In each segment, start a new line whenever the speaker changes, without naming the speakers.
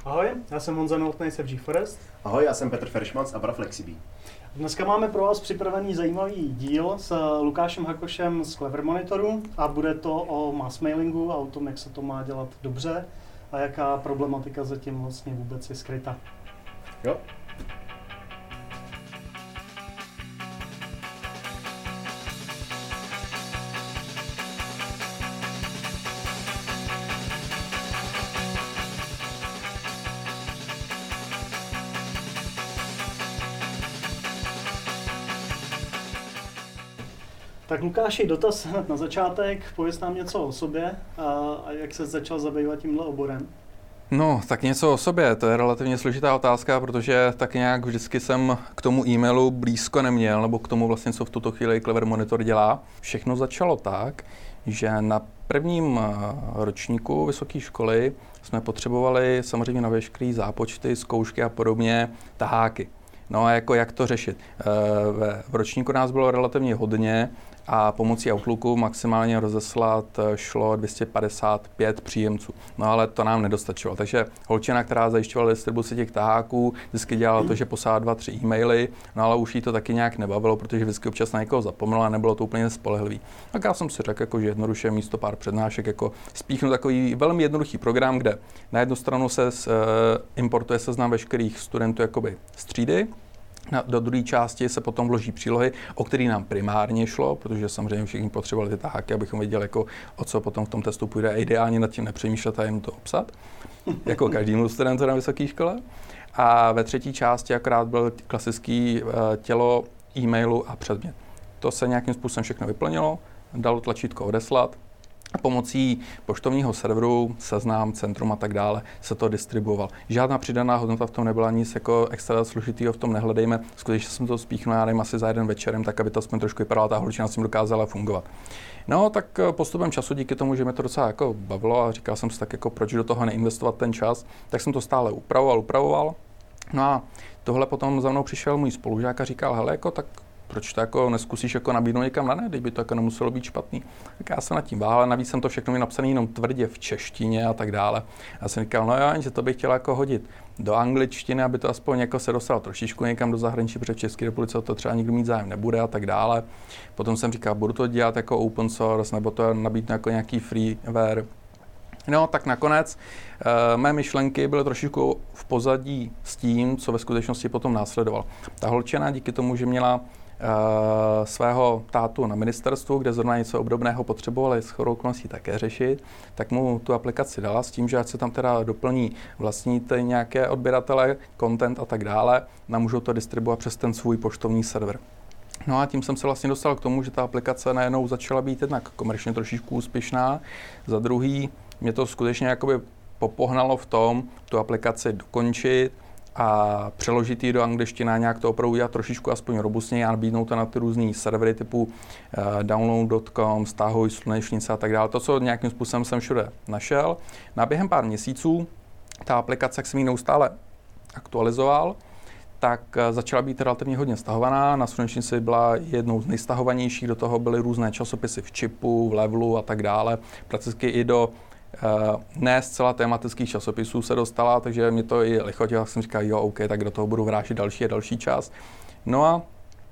Ahoj, já jsem Honza Novotný z GeForest.
Ahoj, já jsem Petr Feršman z Abra Flexibí.
Dneska máme pro vás připravený zajímavý díl s Lukášem Hakošem z Clever Monitoru a bude to o mass mailingu a o tom, jak se to má dělat dobře a jaká problematika zatím vlastně vůbec je skryta.
Jo.
Tak Lukáši, dotaz hned na začátek, pověz nám něco o sobě a jak se začal zabývat tímhle oborem.
No, tak něco o sobě, to je relativně složitá otázka, protože tak nějak vždycky jsem k tomu e-mailu blízko neměl, nebo k tomu vlastně, co v tuto chvíli Clever Monitor dělá. Všechno začalo tak, že na prvním ročníku vysoké školy jsme potřebovali samozřejmě na veškeré zápočty, zkoušky a podobně taháky. No a jako jak to řešit? V ročníku nás bylo relativně hodně a pomocí Outlooku maximálně rozeslat šlo 255 příjemců. No ale to nám nedostačilo. Takže holčina, která zajišťovala distribuci těch taháků, vždycky dělala to, že poslala 2-3 e-maily, no ale už jí to taky nějak nebavilo, protože vždycky občas na někoho zapomněla a nebylo to úplně spolehlivý. Tak já jsem si řekl, jako, že jednoduše místo pár přednášek jako spíchnu takový velmi jednoduchý program, kde na jednu stranu se importuje seznam veškerých studentů jakoby z třídy. Do druhé části se potom vloží přílohy, o které nám primárně šlo, protože samozřejmě všichni potřebovali ty taháky, abychom věděli, jako, o co potom v tom testu půjde a ideálně nad tím nepřemýšlet a jen to obsat, jako každému studentu na vysoké škole. A ve třetí části akorát byl klasický tělo e-mailu a předmět. To se nějakým způsobem všechno vyplnilo, dalo tlačítko odeslat. A pomocí poštovního serveru, Seznam, Centrum a tak dále se to distribuoval. Žádná přidaná hodnota v tom nebyla, nic jako extra složitýho v tom nehledejme. Skutečně jsem to spíchnul, já nevím, asi za jeden večerem, tak aby to aspoň trošku vypadalo, ta holčina s tím dokázala fungovat. No, tak postupem času díky tomu, že mě to docela jako bavilo a říkal jsem si tak jako, proč do toho neinvestovat ten čas, tak jsem to stále upravoval. No a tohle potom za mnou přišel můj spolužák a říkal, hele, jako tak proč to jako neskusíš jako nabídnout někam na ne, kdyby to jako nemuselo být špatný. Tak já jsem nad tím váhal, navíc jsem to všechno napsané jenom tvrdě v češtině a tak dále. Já jsem říkal, no jo, že to bych chtěl jako hodit do angličtiny, aby to aspoň jako se dostalo trošičku někam do zahraničí, protože v České republice to třeba nikdo mít zájem nebude a tak dále. Potom jsem říkal, budu to dělat jako open source, nebo to nabídnu jako nějaký freeware. No, tak nakonec mé myšlenky byly trošičku v pozadí s tím, co ve skutečnosti potom následovalo. Ta holčina díky tomu, že měla svého tátu na ministerstvu, kde zrovna něco obdobného potřebovali shodou okolností také řešit, tak mu tu aplikaci dala s tím, že ať se tam teda doplní vlastní nějaké odběratele, content a tak dále, nám můžou to distribuovat přes ten svůj poštovní server. No a tím jsem se vlastně dostal k tomu, že ta aplikace najednou začala být jednak komerčně trošičku úspěšná, za druhý mě to skutečně jakoby popohnalo v tom tu aplikaci dokončit a přeložit ji do angličtiny a nějak to opravdu udělat trošičku aspoň robustněji a nabídnout to na ty různý servery typu download.com, stáhuj slunečnice a tak dále. To, co nějakým způsobem jsem všude našel. Na během pár měsíců ta aplikace, jak jsem ji neustále aktualizoval, tak začala být relativně hodně stahovaná. Na slunečnici byla jednou z nejstahovanějších, do toho byly různé časopisy v Čipu, v Levelu a tak dále. Prakticky i do ne zcela tematických časopisů se dostala, takže mě to i lichotilo, jak jsem říkal, jo, OK, tak do toho budu vrážet další a další část. No a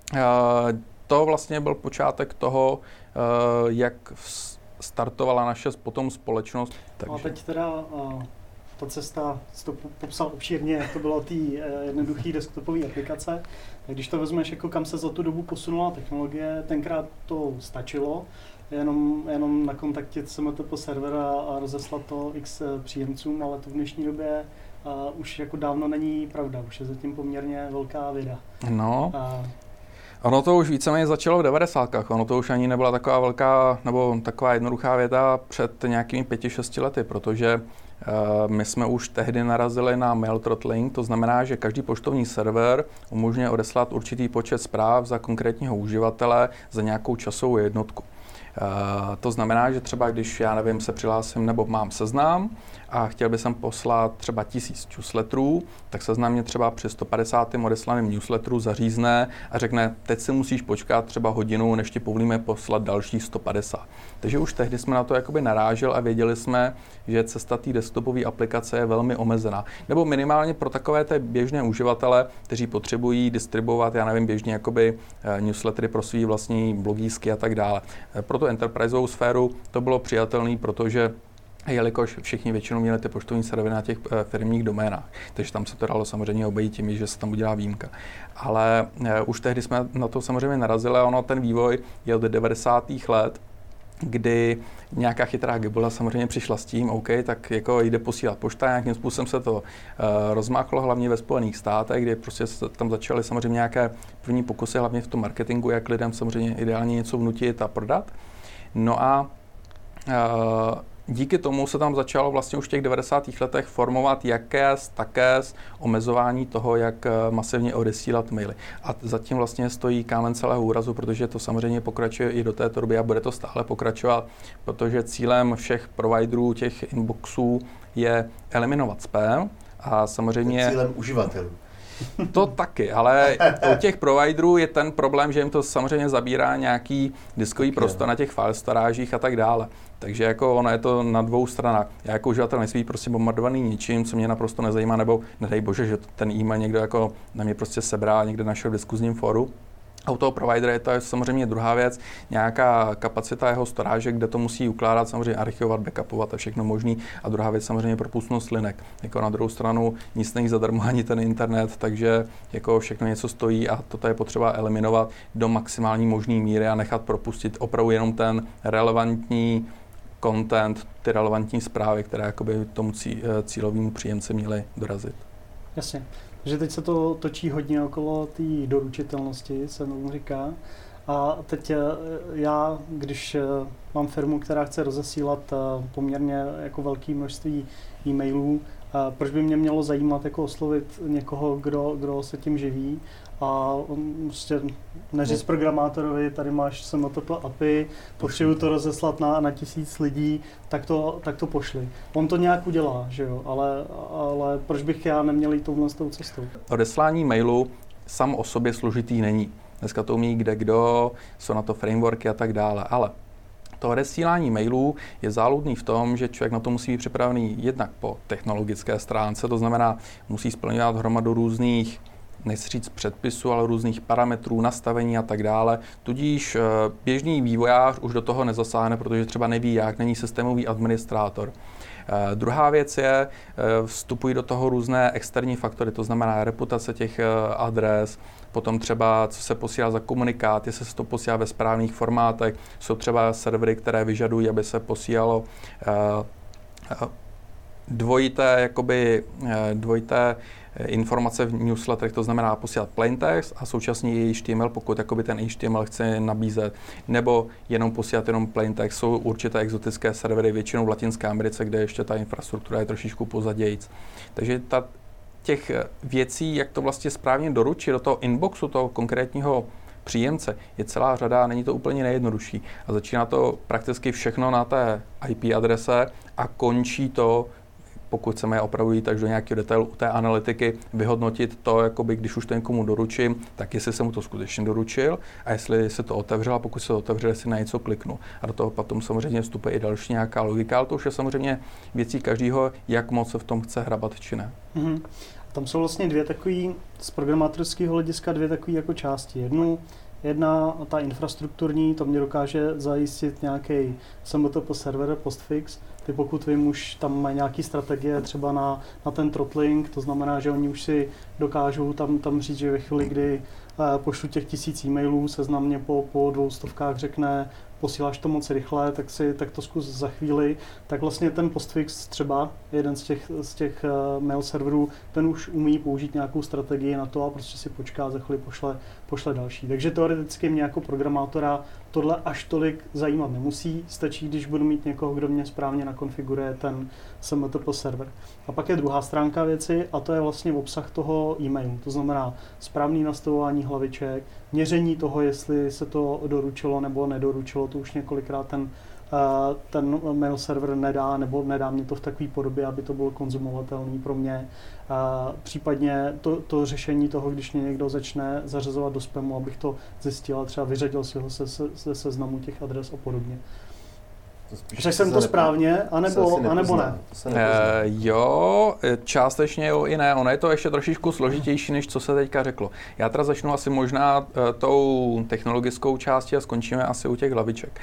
to vlastně byl počátek toho, jak startovala naše potom společnost.
Takže. A teď teda ta cesta, jsi to popsal obšírně, jak to bylo té jednoduché desktopové aplikace. Tak když to vezmeš, jako kam se za tu dobu posunula technologie, tenkrát to stačilo, jenom nakontaktit SMTP servera a rozeslat to x příjemcům, ale to v dnešní době už jako dávno není pravda, už je zatím poměrně velká věda.
No, ono to už víceméně začalo v 90kách, ono to už ani nebyla taková velká nebo taková jednoduchá věda před nějakými 5-6 lety, protože my jsme už tehdy narazili na mail throttling, to znamená, že každý poštovní server umožňuje odeslat určitý počet zpráv za konkrétního uživatele za nějakou časovou jednotku. To znamená, že třeba když, já nevím, se přihlásím nebo mám Seznam a chtěl bych sem poslat třeba 1000 newsletterů, tak Seznam mě třeba při 150. odeslaném newsletteru zařízne a řekne, teď si musíš počkat třeba hodinu, než ti povolíme poslat další 150. Takže už tehdy jsme na to jakoby narážel a věděli jsme, že cesta té desktopové aplikace je velmi omezená. Nebo minimálně pro takové té běžné uživatele, kteří potřebují distribuovat, já nevím, běžně jakoby newslettery pro svý vlastní blogísky a tak dále. Pro tu enterpriseovou sféru to bylo přijatelné, protože jelikož všichni většinou měli ty poštovní servery na těch firmních doménách, takže tam se to dalo samozřejmě obejít tím, že se tam udělá výjimka. Ale už tehdy jsme na to samozřejmě narazili a ono ten vývoj je od 90. let, kdy nějaká chytrá gebola samozřejmě přišla s tím, OK, tak jako jde posílat pošta, nějakým způsobem se to rozmáchlo, hlavně ve Spojených státech, kde prostě tam začaly samozřejmě nějaké první pokusy, hlavně v tom marketingu, jak lidem samozřejmě ideálně něco vnutit a prodat. No a díky tomu se tam začalo vlastně už v těch 90. letech formovat také omezování toho, jak masivně odesílat maily. A zatím vlastně stojí kámen celého úrazu, protože to samozřejmě pokračuje i do této doby a bude to stále pokračovat, protože cílem všech providerů těch inboxů je eliminovat spam a samozřejmě...
Cílem uživatelů.
To taky, ale u těch providerů je ten problém, že jim to samozřejmě zabírá nějaký diskový prostor na těch file storážích a tak dále. Takže jako ono je to na dvou stranách. Já jako uživatel nesmí prostě bombardovaný ničím, co mě naprosto nezajímá, nebo nedej bože, že ten e-mail někdo jako na mě prostě sebrá někde našel v diskuzním fóru. A u toho providera je to samozřejmě druhá věc, nějaká kapacita jeho storáže, kde to musí ukládat, samozřejmě archivovat, backupovat a všechno možný. A druhá věc samozřejmě propustnost linek. Jako na druhou stranu nic není zadarmo ani ten internet, takže jako všechno něco stojí a toto je potřeba eliminovat do maximální možné míry a nechat propustit opravdu jenom ten relevantní content, ty relevantní zprávy, které jakoby tomu cílovému příjemci měly dorazit.
Jasně. Takže teď se to točí hodně okolo té doručitelnosti, se tomu říká. A teď já, když mám firmu, která chce rozesílat poměrně jako velké množství e-mailů, proč by mě mělo zajímat jako oslovit někoho, kdo se tím živí a prostě neříct programátorovi, tady máš SMTP API, potřebuji to rozeslat na 1000 lidí, tak to pošli. On to nějak udělá, že jo, ale proč bych já neměl jít touhle cestou?
Odeslání mailu sam o sobě složitý není. Dneska to umí kdekdo, jsou na to frameworky a tak dále, ale to odesílání mailů je záludný v tom, že člověk na to musí být připravený jednak po technologické stránce, to znamená, musí splňovat hromadu různých, nechci říct předpisů, ale různých parametrů, nastavení a tak dále. Tudíž běžný vývojář už do toho nezasáhne, protože třeba neví jak, není systémový administrátor. Druhá věc je, vstupují do toho různé externí faktory, to znamená reputace těch adres, potom třeba, co se posílá za komunikát, jestli se to posílá ve správných formátech, jsou třeba servery, které vyžadují, aby se posílalo dvojité informace v newsletterech, to znamená posílat plaintext a současně i HTML, pokud jakoby ten HTML chce nabízet, nebo jenom posílat jenom plaintext. Jsou určité exotické servery, většinou v Latinské Americe, kde ještě ta infrastruktura je trošičku pozadějíc. Takže těch věcí, jak to vlastně správně doručit do toho inboxu, toho konkrétního příjemce, je celá řada a není to úplně nejjednodušší. A začíná to prakticky všechno na té IP adrese a končí to, pokud chceme opravdu jít až do nějakého detailu u té analytiky, vyhodnotit to, jakoby, když už to někomu doručím, tak jestli jsem mu to skutečně doručil a jestli se to otevřelo, a pokud se to otevře, jestli na něco kliknu. A do toho potom samozřejmě vstupuje i další nějaká logika, ale to už je samozřejmě věcí každého, jak moc se v tom chce hrabat či ne.
Mm-hmm. Tam jsou vlastně dvě takový, z programátorského hlediska dvě takové jako části. Jedna, ta infrastrukturní, to mě dokáže zajistit nějaký SMTP server, postfix. Ty pokud vím, už tam mají nějaké strategie třeba na ten throttling, to znamená, že oni už si dokážou tam říct, že ve chvíli, kdy pošlu těch 1000 e-mailů, Seznam mě po 200 řekne, posíláš to moc rychle, tak to zkus za chvíli, tak vlastně ten postfix třeba, jeden z těch mail serverů, ten už umí použít nějakou strategii na to a prostě si počká, za chvíli pošle další. Takže teoreticky mě jako programátora tohle až tolik zajímat nemusí, stačí, když budu mít někoho, kdo mě správně nakonfiguruje ten SMTP server. A pak je druhá stránka věci a to je vlastně obsah toho e-mailu. To znamená správné nastavování hlaviček, měření toho, jestli se to doručilo nebo nedoručilo, to už několikrát ten mail server nedá, nebo nedá mě to v takové podobě, aby to bylo konzumovatelné pro mě. Případně to řešení toho, když mě někdo začne zařazovat do spamu, abych to zjistil a třeba vyřadil si ho ze seznamu těch adres a podobně. Řekl jsem to správně, anebo ne?
Jo, částečně jo i ne. Ono je to ještě trošičku složitější, než co se teďka řeklo. Já teda začnu asi možná tou technologickou částí a skončíme asi u těch hlaviček.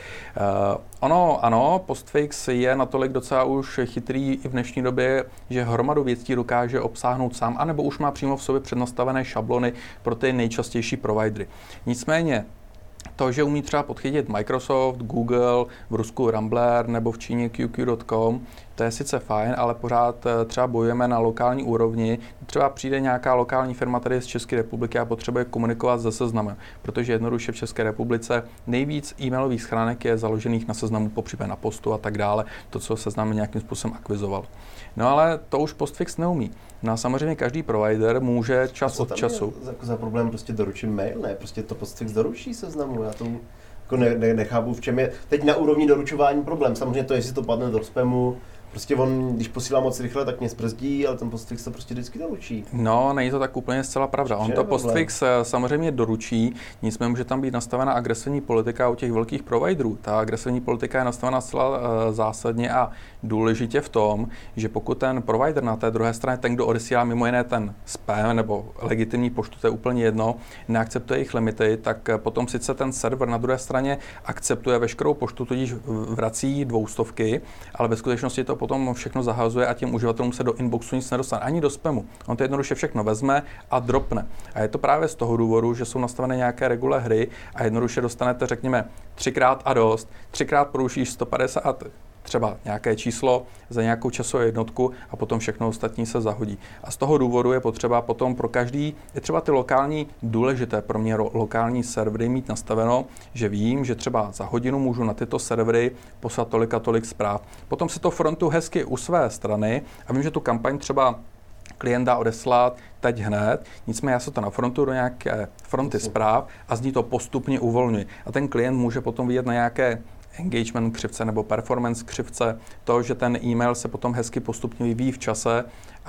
Ano, postfix je natolik docela už chytrý i v dnešní době, že hromadu věcí dokáže obsáhnout sám, anebo už má přímo v sobě přednastavené šablony pro ty nejčastější providery. Nicméně, to, že umí třeba podchytit Microsoft, Google, v Rusku Rambler nebo v Číně QQ.com, to je sice fajn, ale pořád třeba bojujeme na lokální úrovni. Třeba přijde nějaká lokální firma tady z České republiky a potřebuje komunikovat se Seznamem, protože jednoduše v České republice nejvíc e-mailových schránek je založených na Seznamu, popřípadě na Postu a tak dále, to, co Seznam nějakým způsobem akvizoval. No ale to už postfix neumí. No a samozřejmě každý provider může čas od času.
Za problém prostě doručím mail, ne? Prostě to postfix doručí Seznamu, já to jako nechápu, v čem je teď na úrovni doručování problém. Samozřejmě to, jestli to padne do spamu, prostě on, když posílá moc rychle, tak mě zbrzdí, ale ten postfix to prostě vždycky doručí.
No, není to tak úplně zcela pravda. On to postfix samozřejmě doručí, nicméně může tam být nastavena agresivní politika u těch velkých providerů. Ta agresivní politika je nastavena zcela zásadně a důležitě v tom, že pokud ten provider na té druhé straně, ten, kdo odesílá mimo jiné ten spam nebo legitimní poštu, to je úplně jedno, neakceptuje jejich limity, tak potom sice ten server na druhé straně akceptuje veškerou poštu, tudíž vrací 200, ale ve skutečnosti to potom všechno zahazuje a těm uživatelům se do inboxu nic nedostane, ani do spamu. On to jednoduše všechno vezme a dropne. A je to právě z toho důvodu, že jsou nastavené nějaké regule hry a jednoduše dostanete, řekněme, 3x a dost, 3x porušíš 150 třeba nějaké číslo za nějakou časovou jednotku a potom všechno ostatní se zahodí. A z toho důvodu je potřeba potom pro každý, je třeba ty lokální, důležité pro mě lokální servery mít nastaveno, že vím, že třeba za hodinu můžu na tyto servery poslat tolik a tolik zpráv. Potom si to frontu hezky u své strany a vím, že tu kampaň třeba klient dá odeslat teď hned, nicméně já se to nafrontuju do nějaké fronty zpráv a z ní to postupně uvolňuji. A ten klient může potom vidět na nějaké engagement křivce nebo performance křivce, to, že ten e-mail se potom hezky postupně vyvíjí v čase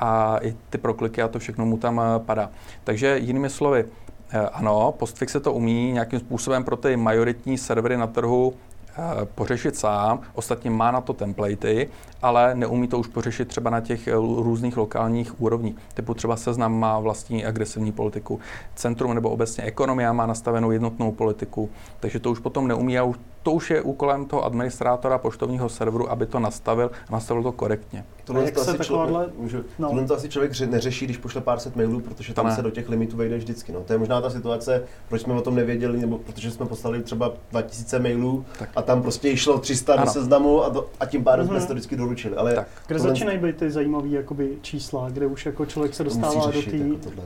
a i ty prokliky a to všechno mu tam padá. Takže jinými slovy, ano, postfix se to umí nějakým způsobem pro ty majoritní servery na trhu pořešit sám, ostatně má na to templatey, ale neumí to už pořešit třeba na těch různých lokálních úrovních. Typu třeba Seznam má vlastní agresivní politiku, Centrum nebo obecně Ekonomia má nastavenou jednotnou politiku, takže to už potom neumí a to už je úkolem toho administrátora poštovního serveru, aby to nastavil a nastavil to korektně.
Tohle to asi člověk neřeší, když pošle pár set mailů, protože tam se do těch limitů vejde vždycky. No. To je možná ta situace, proč jsme o tom nevěděli, nebo protože jsme poslali třeba 2000 mailů a tam prostě šlo 300 do Seznamu a tím pádem jsme se to vždycky doručili. Ale
kde začínají být ty zajímavé jakoby čísla, kde už jako člověk se dostává do té...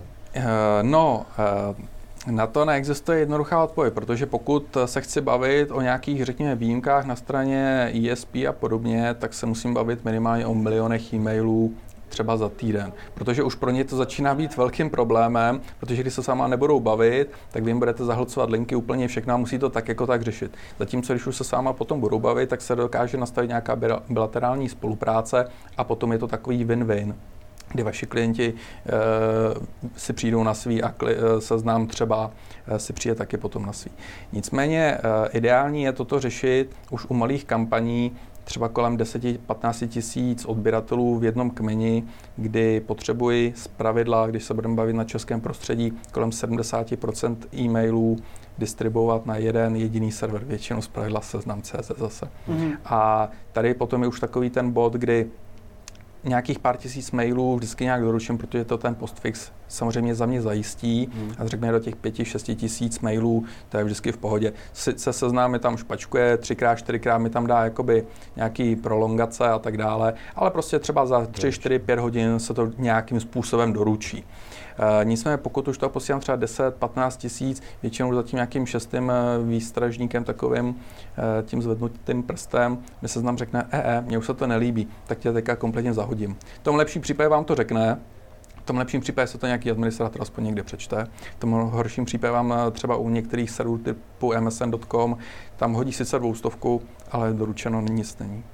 Na to neexistuje jednoduchá odpověď, protože pokud se chci bavit o nějakých, řekněme, výjimkách na straně ESP a podobně, tak se musím bavit minimálně o milionech e-mailů třeba za týden. Protože už pro ně to začíná být velkým problémem, protože když se sama nebudou bavit, tak vy jim budete zahlcovat linky úplně všechno a musí to tak jako tak řešit. Zatímco když už se sama potom budou bavit, tak se dokáže nastavit nějaká bilaterální spolupráce a potom je to takový win-win, kdy vaši klienti si přijdou na svý a Seznam třeba si přijde taky potom na svý. Nicméně ideální je toto řešit už u malých kampaní, třeba kolem 10-15 tisíc odběratelů v jednom kmeni, kdy potřebuji zpravidla, když se budeme bavit na českém prostředí, kolem 70% e-mailů distribuovat na jeden jediný server, většinou zpravidla Seznam.cz zase. A tady potom je už takový ten bod, kdy nějakých pár tisíc mailů vždycky nějak doručím, protože to ten postfix samozřejmě za mě zajistí a řekněme do těch 5-6 tisíc mailů, to je vždycky v pohodě. Sice seznam mi tam špačkuje, 3x, 4x mi tam dá jakoby nějaký prolongace a tak dále, ale prostě třeba za 3, 4, 5 hodin se to nějakým způsobem doručí. Nicméně pokud už to posílám třeba 10-15 tisíc, většinou za tím nějakým 6. výstražníkem takovým, tím zvednutým prstem, mi seznam řekne, mně už se to nelíbí, tak tě teďka kompletně zahodím. V tom lepším případě vám to řekne, v tom lepším případě se to nějaký administrátor aspoň někde přečte. V tom horším případě vám třeba u některých serverů typu msn.com tam hodí sice 200, ale doručeno nic není.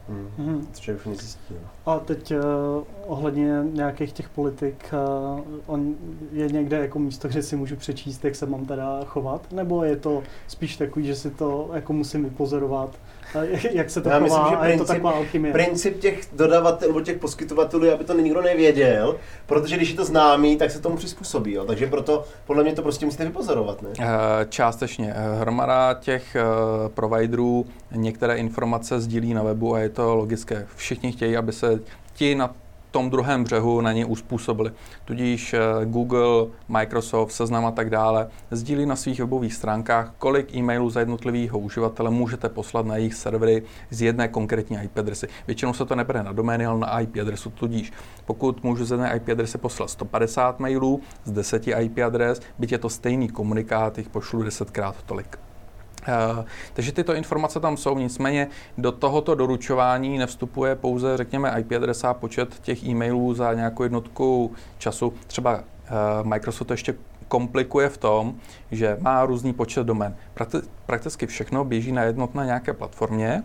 A teď ohledně nějakých těch politik, on je někde jako místo, kde si můžu přečíst, jak se mám teda chovat? Nebo je to spíš takový, že si to jako musím vypozorovat? Jak se to chová, myslím, že
a
je to taková alchymie?
Princip těch dodavatelů nebo těch poskytovatelů, aby to nikdo nevěděl, protože když je to známý, tak se tomu přizpůsobí. Jo? Takže proto podle mě to prostě musíte vypozorovat. Ne?
Částečně. Hromada těch providerů některé informace sdílí na webu a je to logické. Všichni chtějí, aby se ti na tom druhém břehu na ně uspůsobili. Tudíž Google, Microsoft, Seznam a tak dále sdílí na svých webových stránkách, kolik e-mailů za jednotlivého uživatele můžete poslat na jejich servery z jedné konkrétní IP adresy. Většinou se to nebere na domény, ale na IP adresu. Tudíž pokud můžu z jedné IP adresy poslat 150 mailů z 10 IP adres, byť je to stejný komunikát, jich pošlu 10krát tolik. Takže tyto informace tam jsou, nicméně do tohoto doručování nevstupuje pouze, řekněme, IP adresa a počet těch e-mailů za nějakou jednotku času. Třeba Microsoft to ještě komplikuje v tom, že má různý počet domén. Prakticky všechno běží na jednotné nějaké platformě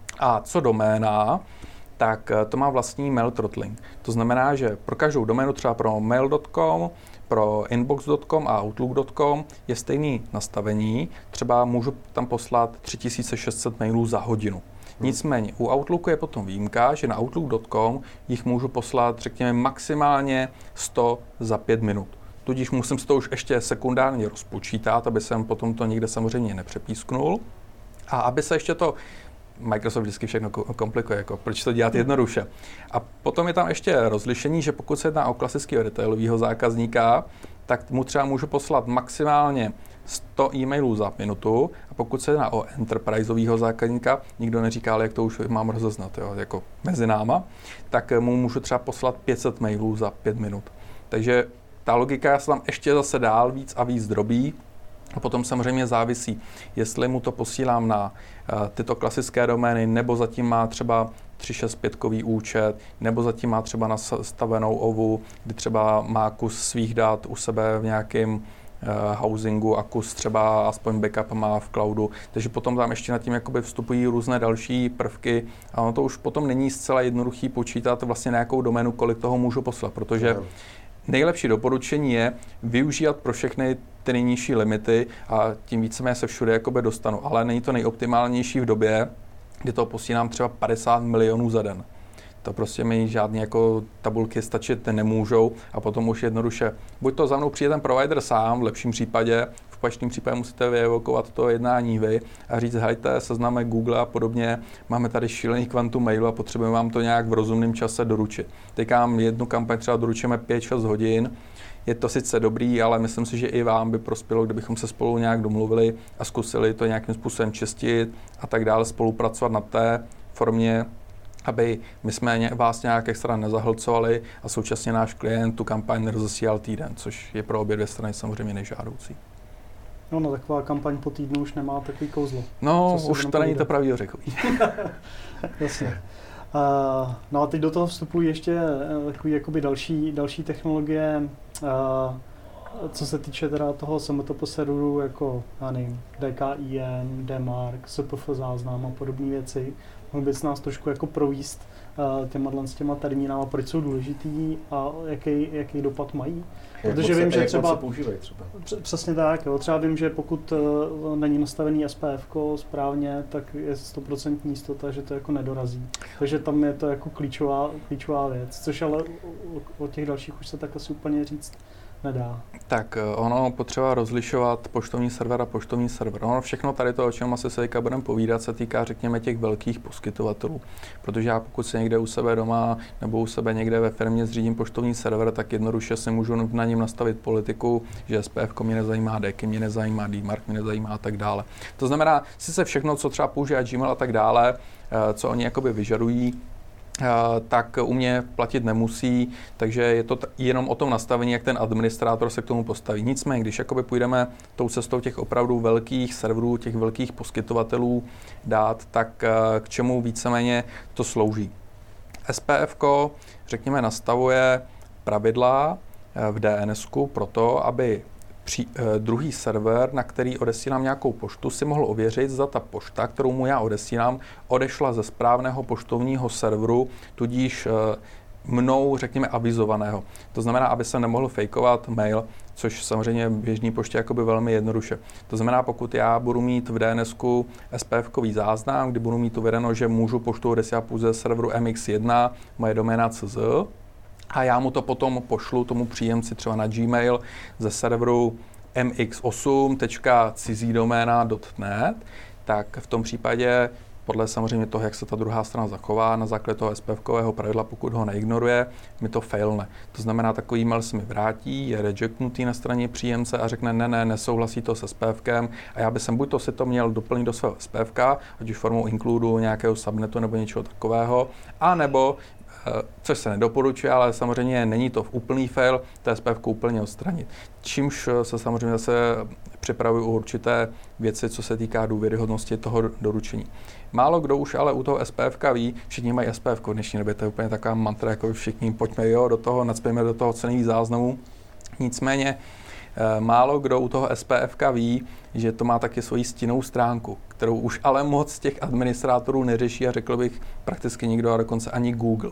a co doména, tak to má vlastní mail throttling. To znamená, že pro každou doménu, třeba pro mail.com, pro inbox.com a outlook.com je stejný nastavení. Třeba můžu tam poslat 3600 mailů za hodinu. Nicméně u Outlooku je potom výjimka, že na outlook.com jich můžu poslat, řekněme, maximálně 100 za 5 minut. Tudíž musím si to už ještě sekundárně rozpočítat, aby jsem potom to nikde samozřejmě nepřepísknul. A aby se ještě to Microsoft vždycky všechno komplikuje, jako proč to dělat jednoduše. A potom je tam ještě rozlišení, že pokud se jedná o klasického retailového zákazníka, tak mu třeba můžu poslat maximálně 100 e-mailů za minutu a pokud se jedná o enterpriseového zákazníka, nikdo neříká, ale jak to už mám rozeznat, jo, jako mezi náma, tak mu můžu třeba poslat 500 mailů za 5 minut. Takže ta logika se tam ještě zase dál víc a víc drobí. A potom samozřejmě závisí, jestli mu to posílám na tyto klasické domény, nebo zatím má třeba 365kový účet, nebo zatím má třeba nastavenou OVU, kdy třeba má kus svých dat u sebe v nějakém housingu a kus třeba aspoň backup má v cloudu. Takže potom tam ještě nad tím jakoby vstupují různé další prvky a ono to už potom není zcela jednoduchý počítat vlastně na jakou doménu, kolik toho můžu poslat, protože nejlepší doporučení je využívat pro všechny ty nejnižší limity a tím víceméně se všude jakoby dostanu. Ale není to nejoptimálnější v době, kdy to posílám třeba 50 milionů za den. To prostě mi žádné jako tabulky stačit nemůžou a potom už jednoduše, buď to za mnou přijde ten provider sám, v lepším případě, v opačném případě musíte vyevokovat to jednání vy a říct, hejte, Sezname, Google a podobně, máme tady šílený kvantum mailu a potřebujeme vám to nějak v rozumném čase doručit. Teďka jednu kampaň třeba doručíme 5-6 hodin, je to sice dobrý, ale myslím si, že i vám by prospělo, kdybychom se spolu nějak domluvili a zkusili to nějakým způsobem čistit a tak dále, spolupracovat na té formě, aby my jsme vás nějak extra nezahlcovali a současně náš klient tu kampaň nerozesílal týden, což je pro obě dvě strany samozřejmě nežádoucí.
No, taková kampaň po týdnu už nemá takový kouzlo.
No, už to není to pravý ořechový.
Jasně. No a teď do toho vstupují ještě takový jakoby další technologie, co se týče teda toho SMTP serveru, jako já nevím, DKIM, DMARC, SPF záznam a podobné věci. Mohl bys nás trošku jako províst těma termínama, proč jsou důležitý a jaký dopad mají. Protože vím, že třeba
používají třeba.
Přesně tak, jo. Třeba vím, že pokud není nastavený SPF správně, tak je 100% jistota, že to jako nedorazí. Takže tam je to jako klíčová věc, což ale o těch dalších už se tak asi úplně říct nedá.
Tak ono potřeba rozlišovat poštovní server a poštovní server. Ono všechno tady to, o čem asi se teďka budeme povídat, se týká, řekněme, těch velkých poskytovatelů. Protože já pokud se někde někde u sebe doma nebo u sebe někde ve firmě zřídím poštovní server, tak jednoduše si můžu na něm nastavit politiku, že SPF mě nezajímá, DECy mě nezajímá, DMARC mě nezajímá a tak dále. To znamená, sice všechno, co třeba používá Gmail a tak dále, co oni jakoby vyžadují, tak u mě platit nemusí, takže je to jenom o tom nastavení, jak ten administrátor se k tomu postaví. Nicméně, když jakoby půjdeme tou cestou těch opravdu velkých serverů, těch velkých poskytovatelů dát, tak k čemu víceméně to slouží. SPF-ko, řekněme, nastavuje pravidla v DNS-ku pro to, aby druhý server, na který odesílám nějakou poštu, si mohl ověřit, zda ta pošta, kterou mu já odesílám, odešla ze správného poštovního serveru, tudíž mnou, řekněme, avizovaného. To znamená, aby se nemohl fejkovat mail, což samozřejmě v běžné poště jakoby velmi jednoduše. To znamená, pokud já budu mít v DNSku SPF-kový záznam, kdy budu mít uvedeno, že můžu poštu odesílat pouze ze serveru MX1, moje doména CZ, a já mu to potom pošlu tomu příjemci třeba na Gmail ze serveru mx8.cizidomena.net, tak v tom případě podle samozřejmě toho, jak se ta druhá strana zachová, na základě toho SPF-kového pravidla, pokud ho neignoruje, mi to failne. To znamená, takový e-mail se mi vrátí, je rejectnutý na straně příjemce a řekne ne, nesouhlasí to se SPF-kem a já bych buď to si to měl doplnit do svého SPF-ka, ať už formou includu, nějakého subnetu nebo něčeho takového, a nebo což se nedoporučuje, ale samozřejmě není to úplný fail, to SPF úplně odstranit. Čímž se samozřejmě zase připravují určité věci, co se týká důvěryhodnosti toho doručení. Málo kdo už ale u toho SPF ví, všichni mají SPF v dnešní době, to je úplně taková mantra, jako všichni pojďme do toho, nacpějme do toho co nejvíc záznamů. Nicméně málo kdo u toho SPF ví, že to má taky svoji stinnou stránku, kterou už ale moc těch administrátorů neřeší a řekl bych prakticky nikdo a dokonce ani Google.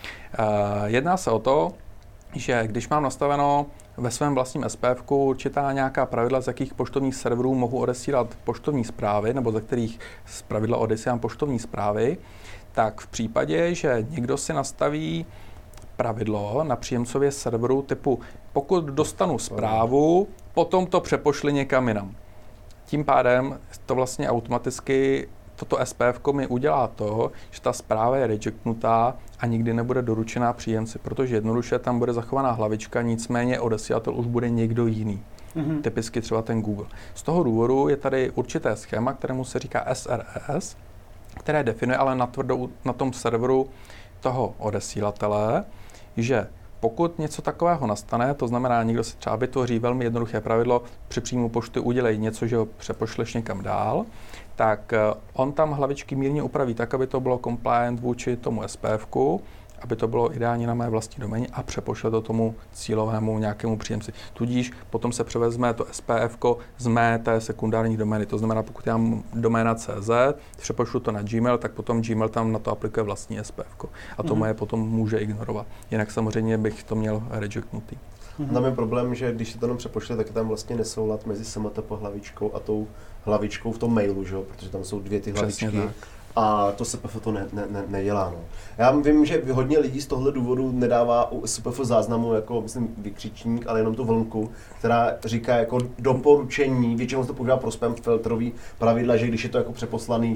Jedná se o to, že když mám nastaveno ve svém vlastním SPF-ku určitá nějaká pravidla, z jakých poštovních serverů mohu odesílat poštovní zprávy, nebo ze kterých zpravidla odesílám poštovní zprávy, tak v případě, že někdo si nastaví pravidlo na příjemcově serveru typu pokud dostanu zprávu, potom to přepošli někam jinam. Tím pádem to vlastně automaticky toto SPF mi udělá to, že ta zpráva je rejectnutá a nikdy nebude doručená příjemci, protože jednoduše tam bude zachovaná hlavička, nicméně odesílatel už bude někdo jiný. Typicky třeba ten Google. Z toho důvodu je tady určité schéma, kterému se říká SRS, které definuje ale natvrdo na tom serveru toho odesílatele, že pokud něco takového nastane, to znamená, někdo si třeba vytvoří velmi jednoduché pravidlo, při příjmu pošty udělej něco, že ho přepošleš někam dál, tak on tam hlavičky mírně upraví tak, aby to bylo compliant vůči tomu SPF-ku, aby to bylo ideálně na mé vlastní doméně a přepošle to tomu cílovému nějakému příjemci. Tudíž potom se převezme to SPF-ko z mé té sekundární domény. To znamená, pokud já mám doména CZ, přepošlu to na Gmail, tak potom Gmail tam na to aplikuje vlastní SPF-ko. A to moje potom může ignorovat. Jinak samozřejmě bych to měl rejectnutý.
Tam je problém, že když se to jenom přepošle, tak je tam vlastně nesoulad mezi SMTP hlavičkou a tou hlavičkou v tom mailu, že? Protože tam jsou dvě ty hlavičky. A to SPF to nedělá. No. Já vím, že hodně lidí z tohle důvodu nedává u SPF záznamu jako, myslím, vykřičník, ale jenom tu vlnku, která říká jako doporučení, většinou se to používá pro spam filtrový pravidla, že když je to jako přeposlaný,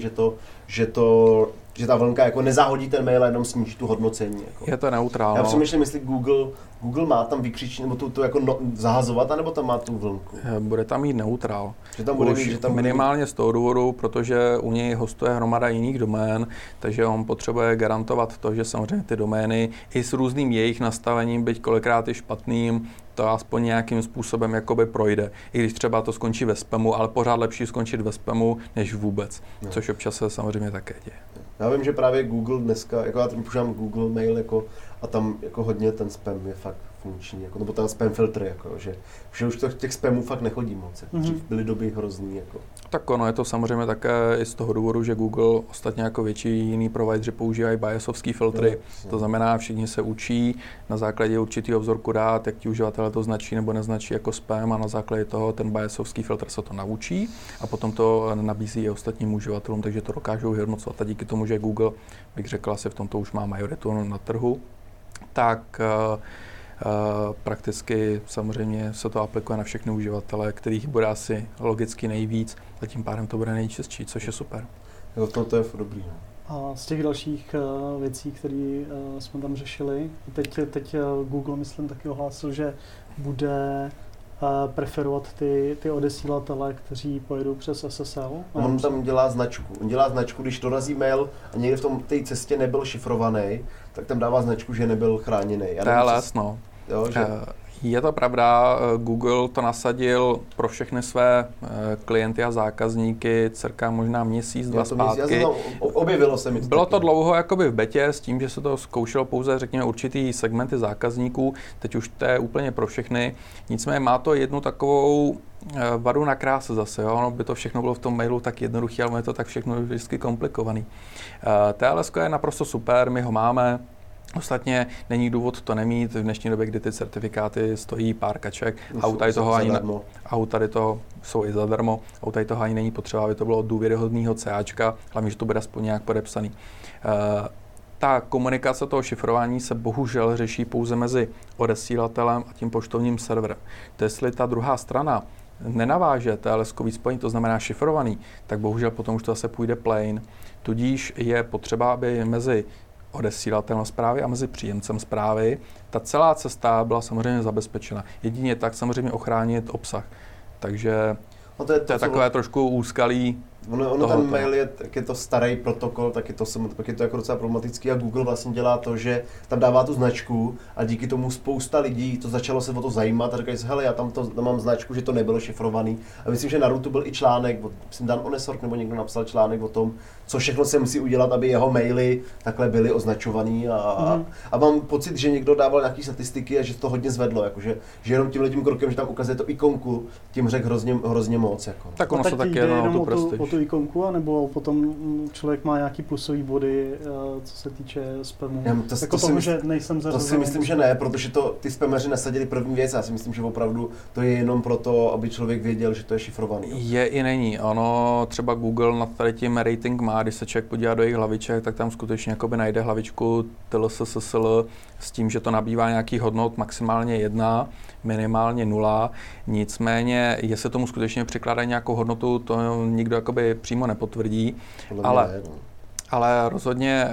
že ta vlnka jako nezahodí ten mail a jenom sníží tu hodnocení. Jako.
Je to neutrální.
Já přemýšlím, jestli Google má tam vykřičník, nebo to jako zahazovat, anebo tam má tu vlnku.
Bude tam mít neutrál.
Že tam bude mít, že tam
minimálně z toho důvodu, protože u něj hostuje hromada jiných domén, takže on potřebuje garantovat to, že samozřejmě ty domény i s různým jejich nastavením, byť kolikrát i špatným, to aspoň nějakým způsobem jakoby projde. I když třeba to skončí ve spamu, ale pořád lepší skončit ve spamu, než vůbec. No. Což občas se samozřejmě také děje.
Já vím, že právě Google dneska, jako já tam používám Google Mail jako, a tam jako hodně ten spam je fakt funkční, jako, nebo ten spam filtr, jako, že už těch spamů fakt nechodí moc. Jako, dřív byly doby hrozný. Jako.
Tak ono je to samozřejmě také i z toho důvodu, že Google, ostatně jako větší jiný provideři používají biasovský filtry. No. To znamená, všichni se učí na základě určitého vzorku dát, jak ti uživatelé to značí nebo neznačí jako spam a na základě toho ten biasovský filtr se to naučí a potom to nabízí i ostatním uživatelům, takže to dokážou vyhodnocovat. A díky tomu, že Google, bych řekl, asi v tomto už má majoritu na trhu, tak prakticky samozřejmě se to aplikuje na všechny uživatele, kterých bude asi logicky nejvíc a tím pádem to bude nejčistší, což je super.
Jo, to je dobrý. No.
A z těch dalších věcí, které jsme tam řešili, teď Google, myslím, taky ohlásil, že bude preferovat ty odesílatele, kteří pojedou přes SSL.
On tam dělá značku. On dělá značku, když dorazí mail a někde v té cestě nebyl šifrovaný, tak tam dává značku, že nebyl chráněný.
To je les, no.
Jo, že...
Je to pravda, Google to nasadil pro všechny své klienty a zákazníky cirka možná měsíc, dva zpátky.
Objevilo se mi to.
Bylo to dlouho jakoby v betě s tím, že se to zkoušelo pouze, řekněme, určitý segmenty zákazníků, teď už to je úplně pro všechny. Nicméně má to jednu takovou vadu na kráse zase, jo? Ono by to všechno bylo v tom mailu tak jednoduché, ale je to tak všechno vždycky komplikovaný. TLS je naprosto super, my ho máme. Ostatně není důvod to nemít v dnešní době, kdy ty certifikáty stojí pár kaček a u tady toho jsou i zadarmo a u tady toho ani není potřeba, aby to bylo od důvěryhodného CAčka, hlavně, že to bude aspoň nějak podepsaný. Ta komunikace toho šifrování se bohužel řeší pouze mezi odesílatelem a tím poštovním serverem. To jestli ta druhá strana nenaváže TLS-kový spojení, to znamená šifrovaný, tak bohužel potom už to zase půjde plain. Tudíž je potřeba, aby mezi odesílatelem zprávy a mezi příjemcem zprávy ta celá cesta byla samozřejmě zabezpečena. Jedině tak samozřejmě ochránit obsah. Takže to je takové trošku úskalí.
Ono ten mail je to starý protokol, tak je to jako docela problematický a Google vlastně dělá to, že tam dává tu značku a díky tomu spousta lidí to začalo se o to zajímat a říkají si, hele, já tam mám značku, že to nebylo šifrovaný. A myslím, že na Rootu byl i článek, Dan Onesork nebo někdo napsal článek o tom, co všechno se musí udělat, aby jeho maily takhle byly označovaný a mám pocit, že někdo dával nějaké statistiky a že to hodně zvedlo, jakože, že jenom tím krokem, že tam ukazuje to ikonku, tím řekl hrozně moc. Jako.
Tak ono se tak jenom
o tu ikonku, anebo potom člověk má nějaký plusový body, co se týče spamu. Že nejsem zařazený.
To si myslím, že ne, protože ty spameři nasadili první věc. Já si myslím, že opravdu to je jenom proto, aby člověk věděl, že to je šifrovaný.
Je i není. Ono třeba Google nad tady tím rating má, když se člověk podívá do jejich hlaviček, tak tam skutečně jakoby najde hlavičku TLSSL s tím, že to nabývá nějaký hodnot maximálně 1, minimálně 0. Nicméně, jestli tomu skutečně přikládají nějakou hodnotu, to nikdo jakoby přímo nepotvrdí. Ale rozhodně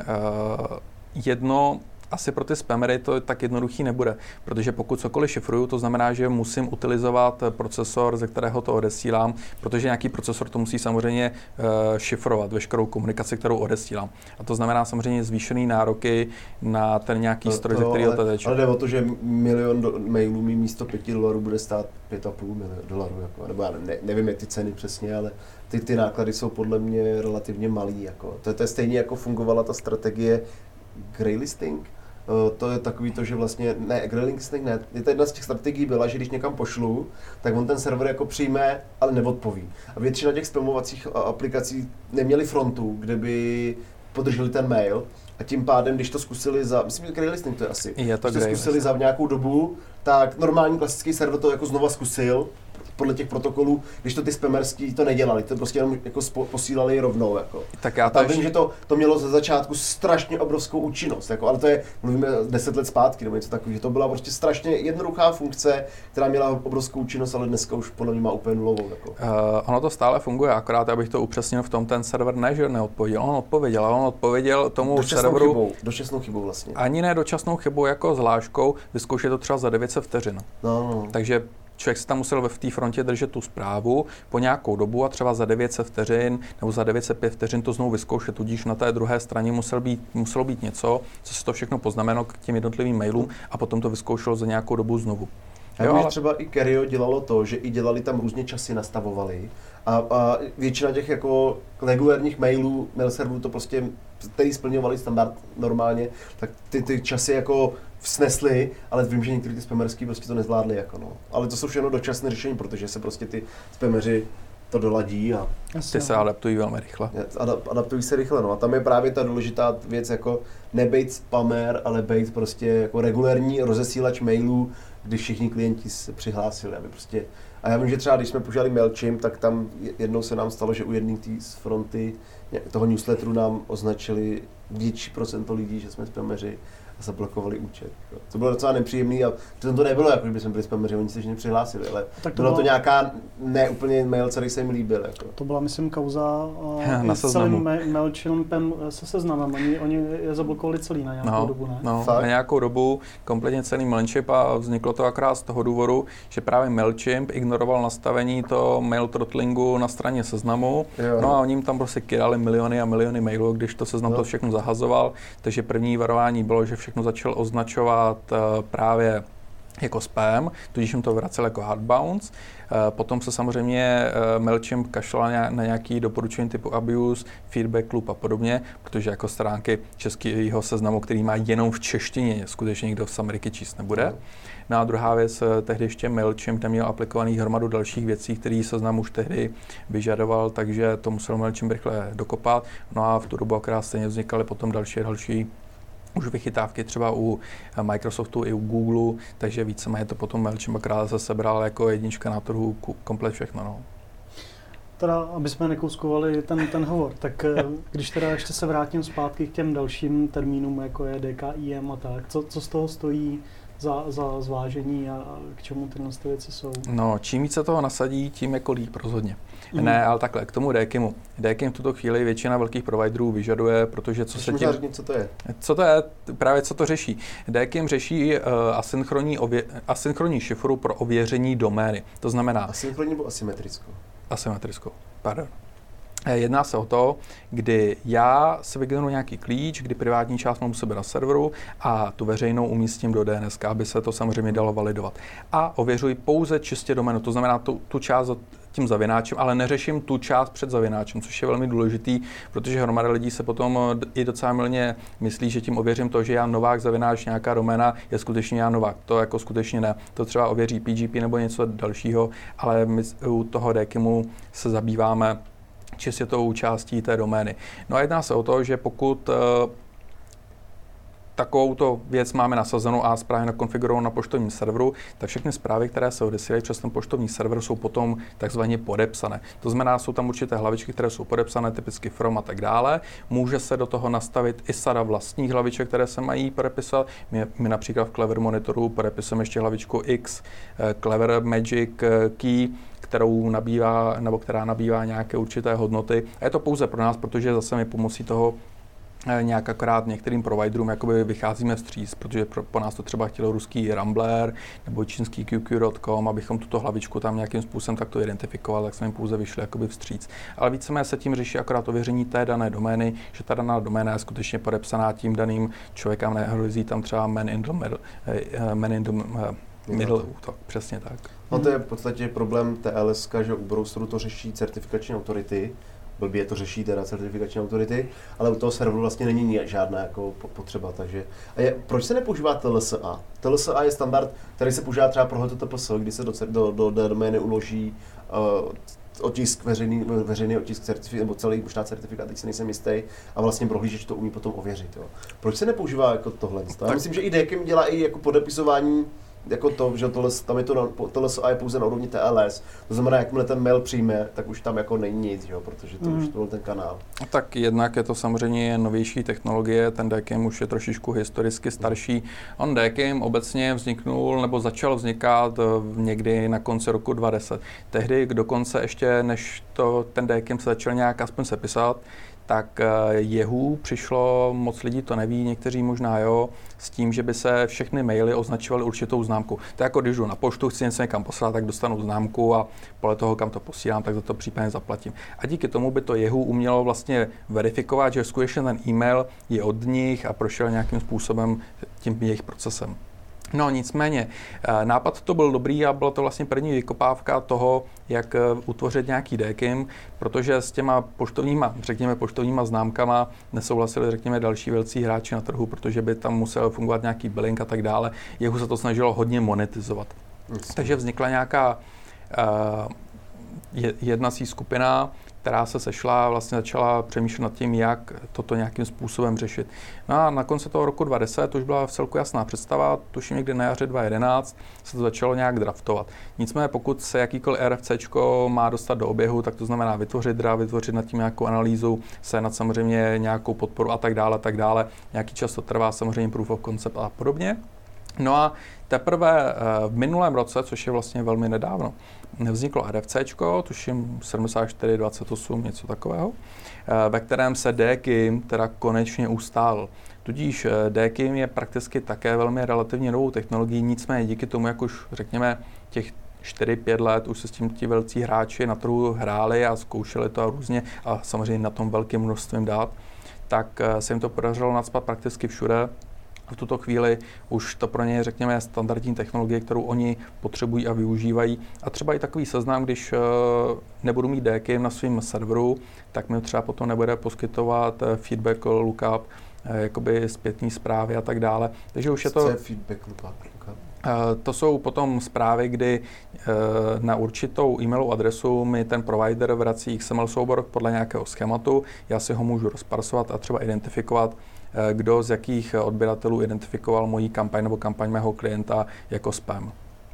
jedno asi pro ty spamery to tak jednoduchý nebude, protože pokud cokoliv šifruju, to znamená, že musím utilizovat procesor, ze kterého to odesílám, protože nějaký procesor to musí samozřejmě šifrovat, veškerou komunikaci, kterou odesílám. A to znamená samozřejmě zvýšený nároky na ten nějaký stroj, ze kterého to teče.
Ale jde o to, že $1 milion mailů mi místo $5 bude stát $5,5 milionu. Jako, nebo já nevím, jak ty ceny přesně, ale ty náklady jsou podle mě relativně malý. Jako. To je stejně, jako fungovala ta strategie graylisting. To je takový to, že vlastně, graylisting ne, je to jedna z těch strategií byla, že když někam pošlu, tak on ten server jako přijme, ale neodpoví. A většina těch spamovacích aplikací neměly frontu, kde by podrželi ten mail a tím pádem, když to zkusili myslím, že graylisting to je asi, když to zkusili za nějakou dobu, tak normální klasický server to jako znova zkusil, podle těch protokolů, když to ty spamerský to nedělali, to prostě jenom jako posílali rovnou. Jako.
Tak já
vím, že to mělo ze začátku strašně obrovskou účinnost, jako, ale to je, mluvíme 10 let zpátky, nebo něco takového, že to byla prostě strašně jednoduchá funkce, která měla obrovskou účinnost, ale dneska už podle mě má úplně nulovou. Jako.
Ono to stále funguje, akorát abych to upřesnil v tom, ten server ne, že neodpověděl, on odpověděl tomu serveru
dočasnou chybou vlastně.
Ani ne dočasnou chybou jako s hláškou, vyzkoušet to třeba za 900 vteřin.
No.
Takže člověk si tam musel v té frontě držet tu zprávu po nějakou dobu a třeba za 900 vteřin nebo za 905 vteřin to znovu vyzkoušet, tudíž na té druhé straně muselo být něco, co se to všechno poznamenalo k těm jednotlivým mailům a potom to vyzkoušelo za nějakou dobu znovu.
Ale třeba i Kerio dělalo to, že i dělali tam různě časy, nastavovali a většina těch jako regulárních mailů, mail serverů to prostě, který splňovali standard normálně, tak ty časy jako snesli, ale vím, že některý ty spamerský prostě to nezvládli. Jako no. Ale to jsou všechno dočasné řešení, protože se prostě ty spameři to doladí a
ty se adaptují velmi rychle.
Adaptují se rychle, no a tam je právě ta důležitá věc jako nebejt spamer, ale bejt prostě jako regulární rozesílač mailů, když všichni klienti se přihlásili, aby prostě. A já vím, že třeba když jsme používali Mailchimp, tak tam jednou se nám stalo, že u jedné z fronty toho newsletteru nám označili větší procento lidí, že jsme spameři. a zablokovali účet. Jo. To bylo docela nepříjemný a to nebylo, jako kdyby jsme byli spameři, oni se že nepřihlásili, ale tak bylo to nějaká ne úplně mail, který se jim líbil. Jako.
To byla, myslím, kauza s celým MailChimpem se Seznamem. Oni je zablokovali celý na nějakou dobu, ne?
No, na nějakou dobu kompletně celý MailChimp a vzniklo to akorát z toho důvodu, že právě MailChimp ignoroval nastavení to mail throttlingu na straně Seznamu. No a oni jim tam prostě kydali miliony a miliony mailů, když to Seznam to všechno zahazoval. Takže první varování bylo, že všechno začal označovat právě jako spam, tudíž jim to vracel jako hard bounce. Potom se samozřejmě MailChimp kašlal na nějaký doporučení typu abuse, feedback loop a podobně, protože jako stránky českého Seznamu, který má jenom v češtině, skutečně nikdo z Ameriky číst nebude. No a druhá věc, tehdy ještě MailChimp neměl aplikovaný hromadu dalších věcí, které Seznam už tehdy vyžadoval, takže to musel MailChimp rychle dokopat. No a v tu dobu akorát stejně vznikaly potom další už vychytávky třeba u Microsoftu i u Google, takže víceméně to potom MailChimp akorát se sebral jako jednička na trhu komplet všechno. No.
Teda, aby jsme nekouskovali ten hovor, tak když teda ještě se vrátím zpátky k těm dalším termínům, jako je DKIM a tak, co z toho stojí za zvážení a k čemu tyhle věci jsou?
No, čím více toho nasadí, tím jako líp rozhodně. Ne, ale takhle, k tomu DKIMu. DKIM v tuto chvíli většina velkých providerů vyžaduje, protože co se tím...
Co to je?
Co to je? Právě co to řeší? DKIM řeší asynchronní šifru pro ověření domény. To znamená...
Asynchronní nebo asymetrickou?
Asymetrickou, pardon. Jedná se o to, kdy já si vygeneruji nějaký klíč, kdy privátní část mám u sebe na serveru a tu veřejnou umístím do DNS, aby se to samozřejmě dalo validovat. A ověřuji pouze čistě doménu, to znamená tu část tím zavináčem, ale neřeším tu část před zavináčem, což je velmi důležitý, protože hromada lidí se potom i docela mylně myslí, že tím ověřím to, že já Novák zavináč nějaká doména je skutečně já Novák. To jako skutečně ne. To třeba ověří PGP nebo něco dalšího, ale my u toho DKIMu se zabýváme čistě tou částí té domény. No a jedná se o to, že pokud takovouto věc máme nasazenou a správně nakonfigurovanou na poštovním serveru, tak všechny zprávy, které se odesílají přes ten poštovní server, jsou potom takzvaně podepsané. To znamená, jsou tam určité hlavičky, které jsou podepsané, typicky from a tak dále. Může se do toho nastavit i sada vlastních hlaviček, které se mají podepisovat. My například v Clever Monitoru podepisujeme ještě hlavičku X, Clever Magic Key, která nabývá nějaké určité hodnoty. A je to pouze pro nás, protože zase my pomocí toho nějak akorát některým providerům jakoby vycházíme vstříc, protože po nás to třeba chtělo ruský Rambler nebo čínský QQ.com, abychom tuto hlavičku tam nějakým způsobem takto identifikovali, tak jsme jim pouze vyšli jakoby vstříc. Ale víceméně se tím řeší akorát ověření té dané domény, že ta daná doména je skutečně podepsaná tím daným člověkem, nehrozí tam třeba man in the middle útok, přesně tak.
No to je v podstatě problém TLS, že u browseru to řeší certifikační autority, blbě to řeší teda certifikační autority, ale u toho serveru vlastně není žádná jako potřeba, takže... Proč se nepoužívá TLSA? TLSA je standard, který se používá třeba pro HTTPS, kdy se do domény uloží otisk, veřejný otisk certifikát, nebo celý možná certifikát, teď se nejsem jistý, a vlastně prohlížeč to umí potom ověřit. Jo. Proč se nepoužívá jako tohle? Já myslím, že i DKIM dělá i jako podepisování jako to, že tam je to TLSA je pouze na úrovni TLS, to znamená, jakmile ten mail přijme, tak už tam jako není nic, jo, protože to už byl ten kanál.
Tak jednak je to samozřejmě novější technologie, ten DKIM už je trošičku historicky starší. On DKIM obecně vzniknul nebo začal vznikat někdy na konci roku 2010. Tehdy dokonce ještě než ten DKIM se začal nějak aspoň sepisat, tak Yahoo přišlo, moc lidí to neví, někteří možná jo, s tím, že by se všechny maily označovaly určitou známkou. To je jako když jdu na poštu, chci něco někam poslat, tak dostanu známku a podle toho, kam to posílám, tak za to případně zaplatím. A díky tomu by to Yahoo umělo vlastně verifikovat, že skutečně ten e-mail je od nich a prošel nějakým způsobem tím jejich procesem. No nicméně, nápad to byl dobrý a byla to vlastně první vykopávka toho, jak utvořit nějaký DKIM, protože s těma poštovníma známkama nesouhlasili, řekněme, další velcí hráči na trhu, protože by tam musel fungovat nějaký billing a tak dále. Yahoo se to snažilo hodně monetizovat. Takže vznikla nějaká jednací skupina, která se sešla a vlastně začala přemýšlet nad tím, jak toto nějakým způsobem řešit. No a na konci toho roku 2010 už byla vcelku jasná představa, tuším někdy na jaře 2011 se to začalo nějak draftovat. Nicméně pokud se jakýkoliv RFCčko má dostat do oběhu, tak to znamená vytvořit draft, vytvořit nad tím nějakou analýzu, sehnat samozřejmě nějakou podporu a tak dále. Nějaký čas to trvá, samozřejmě proof of concept a podobně. No a teprve v minulém roce, což je vlastně velmi nedávno, vzniklo RFCčko, tuším 7428, něco takového, ve kterém se DKIM teda konečně ustálil. Tudíž DKIM je prakticky také velmi relativně novou technologií, nicméně díky tomu, jak už řekněme těch 4-5 let už se s tím ti velcí hráči na trhu hráli a zkoušeli to a různě a samozřejmě na tom velkým množstvím dat, tak se jim to podařilo nacpat prakticky všude. V tuto chvíli už to pro ně je, řekněme, standardní technologie, kterou oni potřebují a využívají. A třeba i takový seznam, když nebudu mít DKIM na svém serveru, tak mi třeba potom nebude poskytovat feedback lookup, jakoby zpětné zprávy a tak dále. Takže už je to...
Co je feedback lookup?
To jsou potom zprávy, kdy na určitou e-mailovou adresu mi ten provider vrací XML soubor podle nějakého schématu. Já si ho můžu rozparsovat a třeba identifikovat, kdo z jakých odběratelů identifikoval moji kampaň nebo kampaň mého klienta jako spam.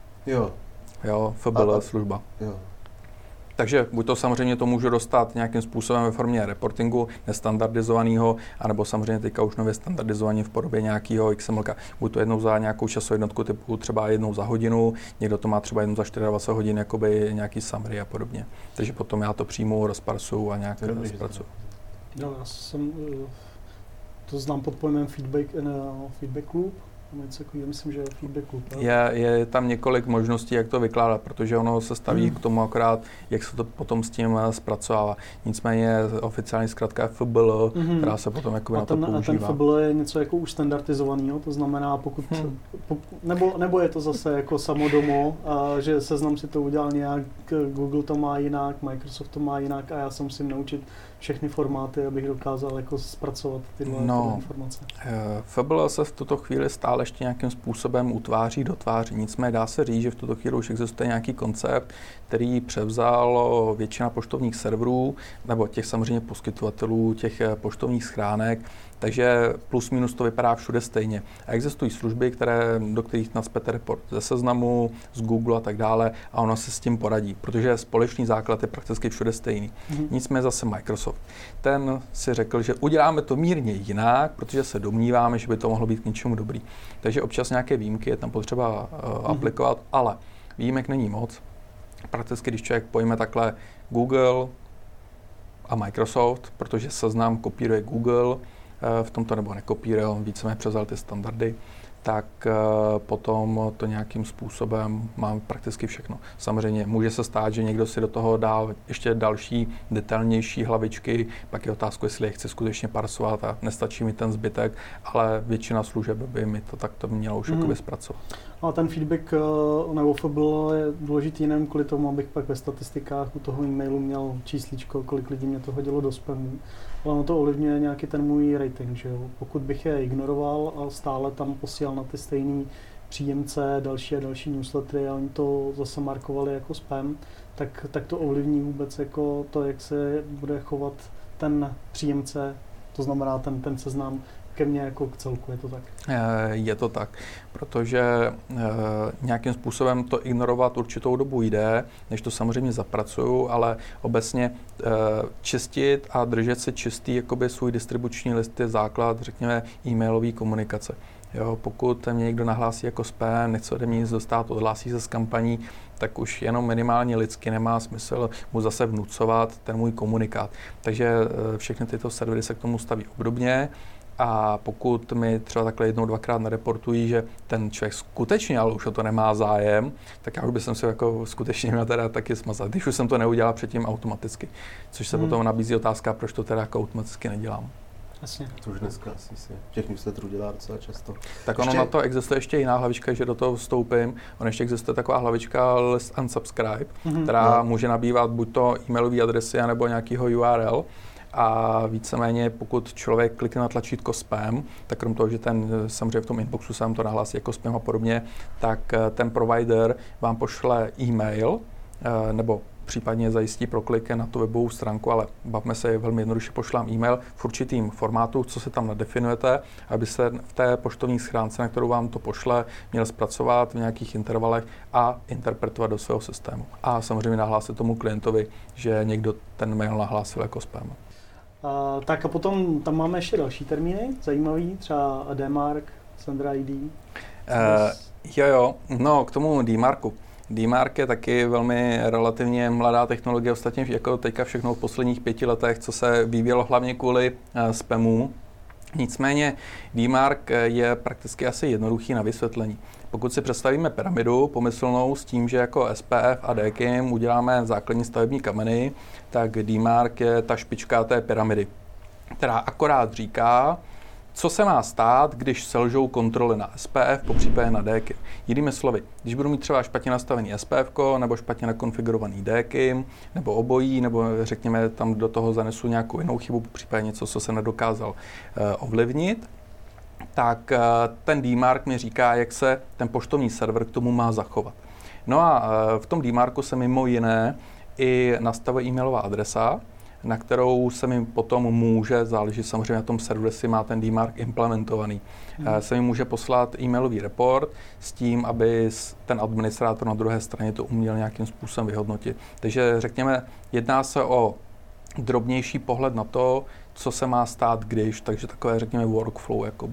Jo, FBL služba.
Jo.
Takže buď to samozřejmě to můžu dostat nějakým způsobem ve formě reportingu nestandardizovaného, anebo samozřejmě teďka už nově standardizovaný v podobě nějakého XMLka. Buď to jednou za nějakou časovou jednotku typu třeba jednou za hodinu, někdo to má třeba jednou za 24 hodin, jakoby nějaký summary a podobně. Takže potom já to přijmu, rozparsuju a nějak zpracuju.
No, já jsem to znám pod pojmem feedback loop. Myslím, že je feedback loop.
Je tam několik možností, jak to vykládat, protože ono se staví k tomu akorát, jak se to potom s tím zpracovává. Nicméně oficiální zkratka je FBL, která se potom jako na to používá.
A ten FBL je něco jako už standardizovaného, to znamená, pokud nebo je to zase jako samodomo, že Seznam si to udělal nějak, Google to má jinak, Microsoft to má jinak a já se musím naučit všechny formáty, abych dokázal jako zpracovat tyhle informace.
FBL se v tuto chvíli stále ještě nějakým způsobem utváří, dotváří. Nicméně dá se říct, že v tuto chvíli už existuje nějaký koncept, který převzal většina poštovních serverů, nebo těch samozřejmě poskytovatelů těch poštovních schránek, takže plus minus to vypadá všude stejně. A existují služby, do kterých nacpete report ze Seznamu, z Google a tak dále a ono se s tím poradí, protože společný základ je prakticky všude stejný. Nicméně zase Microsoft. Ten si řekl, že uděláme to mírně jinak, protože se domníváme, že by to mohlo být k něčemu dobrý. Takže občas nějaké výjimky je tam potřeba aplikovat, ale výjimek není moc. Prakticky, když člověk pojme takhle Google a Microsoft, protože Seznam kopíruje Google, v tomto nebo nekopíruje, on víceméně převzal ty standardy, tak potom to nějakým způsobem mám prakticky všechno. Samozřejmě může se stát, že někdo si do toho dá ještě další detailnější hlavičky, pak je otázka, jestli je chce skutečně parsovat a nestačí mi ten zbytek, ale většina služeb by mi to takto mělo už jakoby zpracovat. A
ten feedback nebo FBL je důležitý nejen kvůli tomu, abych pak ve statistikách u toho e-mailu měl čísličko, kolik lidí mě to hodilo do spamu, ale ono to ovlivňuje nějaký ten můj rating, že jo. Pokud bych je ignoroval a stále tam posílal na ty stejný příjemce další a další newslettery a oni to zase markovali jako spam, tak to ovlivní vůbec jako to, jak se bude chovat ten příjemce, to znamená ten seznam ke mně jako k celku, je to tak?
Je to tak, protože nějakým způsobem to ignorovat určitou dobu jde, než to samozřejmě zapracuju, ale obecně čistit a držet si čistý jakoby svůj distribuční list je základ, řekněme, e-mailové komunikace. Jo, pokud mě někdo nahlásí jako spam, nechce ode mě nic dostat, odhlásí se z kampaní, tak už jenom minimálně lidsky nemá smysl mu zase vnucovat ten můj komunikát. Takže všechny tyto servery se k tomu staví obdobně. A pokud mi třeba takhle jednou, dvakrát nareportují, že ten člověk skutečně, ale už o to nemá zájem, tak já už bych se jako skutečně měl teda taky smazat, když už jsem to neudělal předtím automaticky. Což se potom nabízí otázka, proč to teda jako automaticky nedělám.
Jasně.
To už dneska asi si těch newsletterů dělá docela často.
Tak ono na to existuje ještě jiná hlavička, že do toho vstoupím. Ono ještě existuje taková hlavička list unsubscribe, která může nabývat buď to e-mailové adresy, nebo nějakýho URL. A víceméně, pokud člověk klikne na tlačítko spam, tak krom toho, že samozřejmě v tom inboxu se vám to nahlásí jako spam a podobně, tak ten provider vám pošle e-mail, nebo případně zajistí proklik na tu webovou stránku, ale bavme se, velmi jednoduše pošlám e-mail v určitým formátu, co se tam nadefinujete, aby se v té poštovní schránce, na kterou vám to pošle, měl zpracovat v nějakých intervalech a interpretovat do svého systému. A samozřejmě nahlásit tomu klientovi, že někdo ten mail nahlásil jako spam.
Tak a potom tam máme ještě další termíny, zajímavý, třeba DMARC, Sender ID.
No k tomu DMARCu. DMARC je taky velmi relativně mladá technologie, ostatně jako teďka všechno v posledních 5 letech, co se vyvíjelo hlavně kvůli spamům. Nicméně DMARC je prakticky asi jednoduchý na vysvětlení. Pokud si představíme pyramidu pomyslnou s tím, že jako SPF a DKIM uděláme základní stavební kameny, tak DMARC je ta špička té pyramidy, která akorát říká, co se má stát, když selžou kontroly na SPF, popřípadě na DKIM. Jinými slovy, když budu mít třeba špatně nastavený SPF, nebo špatně nakonfigurovaný DKIM, nebo obojí, nebo řekněme tam do toho zanesu nějakou jinou chybu, popřípadě něco, co se nedokázal ovlivnit, tak ten DMARC mi říká, jak se ten poštovní server k tomu má zachovat. No a v tom DMARCu se mimo jiné i nastavuje e-mailová adresa, na kterou se mi potom může, záleží samozřejmě na tom serveru, jestli má ten DMARC implementovaný, se mi může poslat e-mailový report s tím, aby ten administrátor na druhé straně to uměl nějakým způsobem vyhodnotit. Takže řekněme, jedná se o drobnější pohled na to, co se má stát když, takže takové, řekněme, workflow jakoby.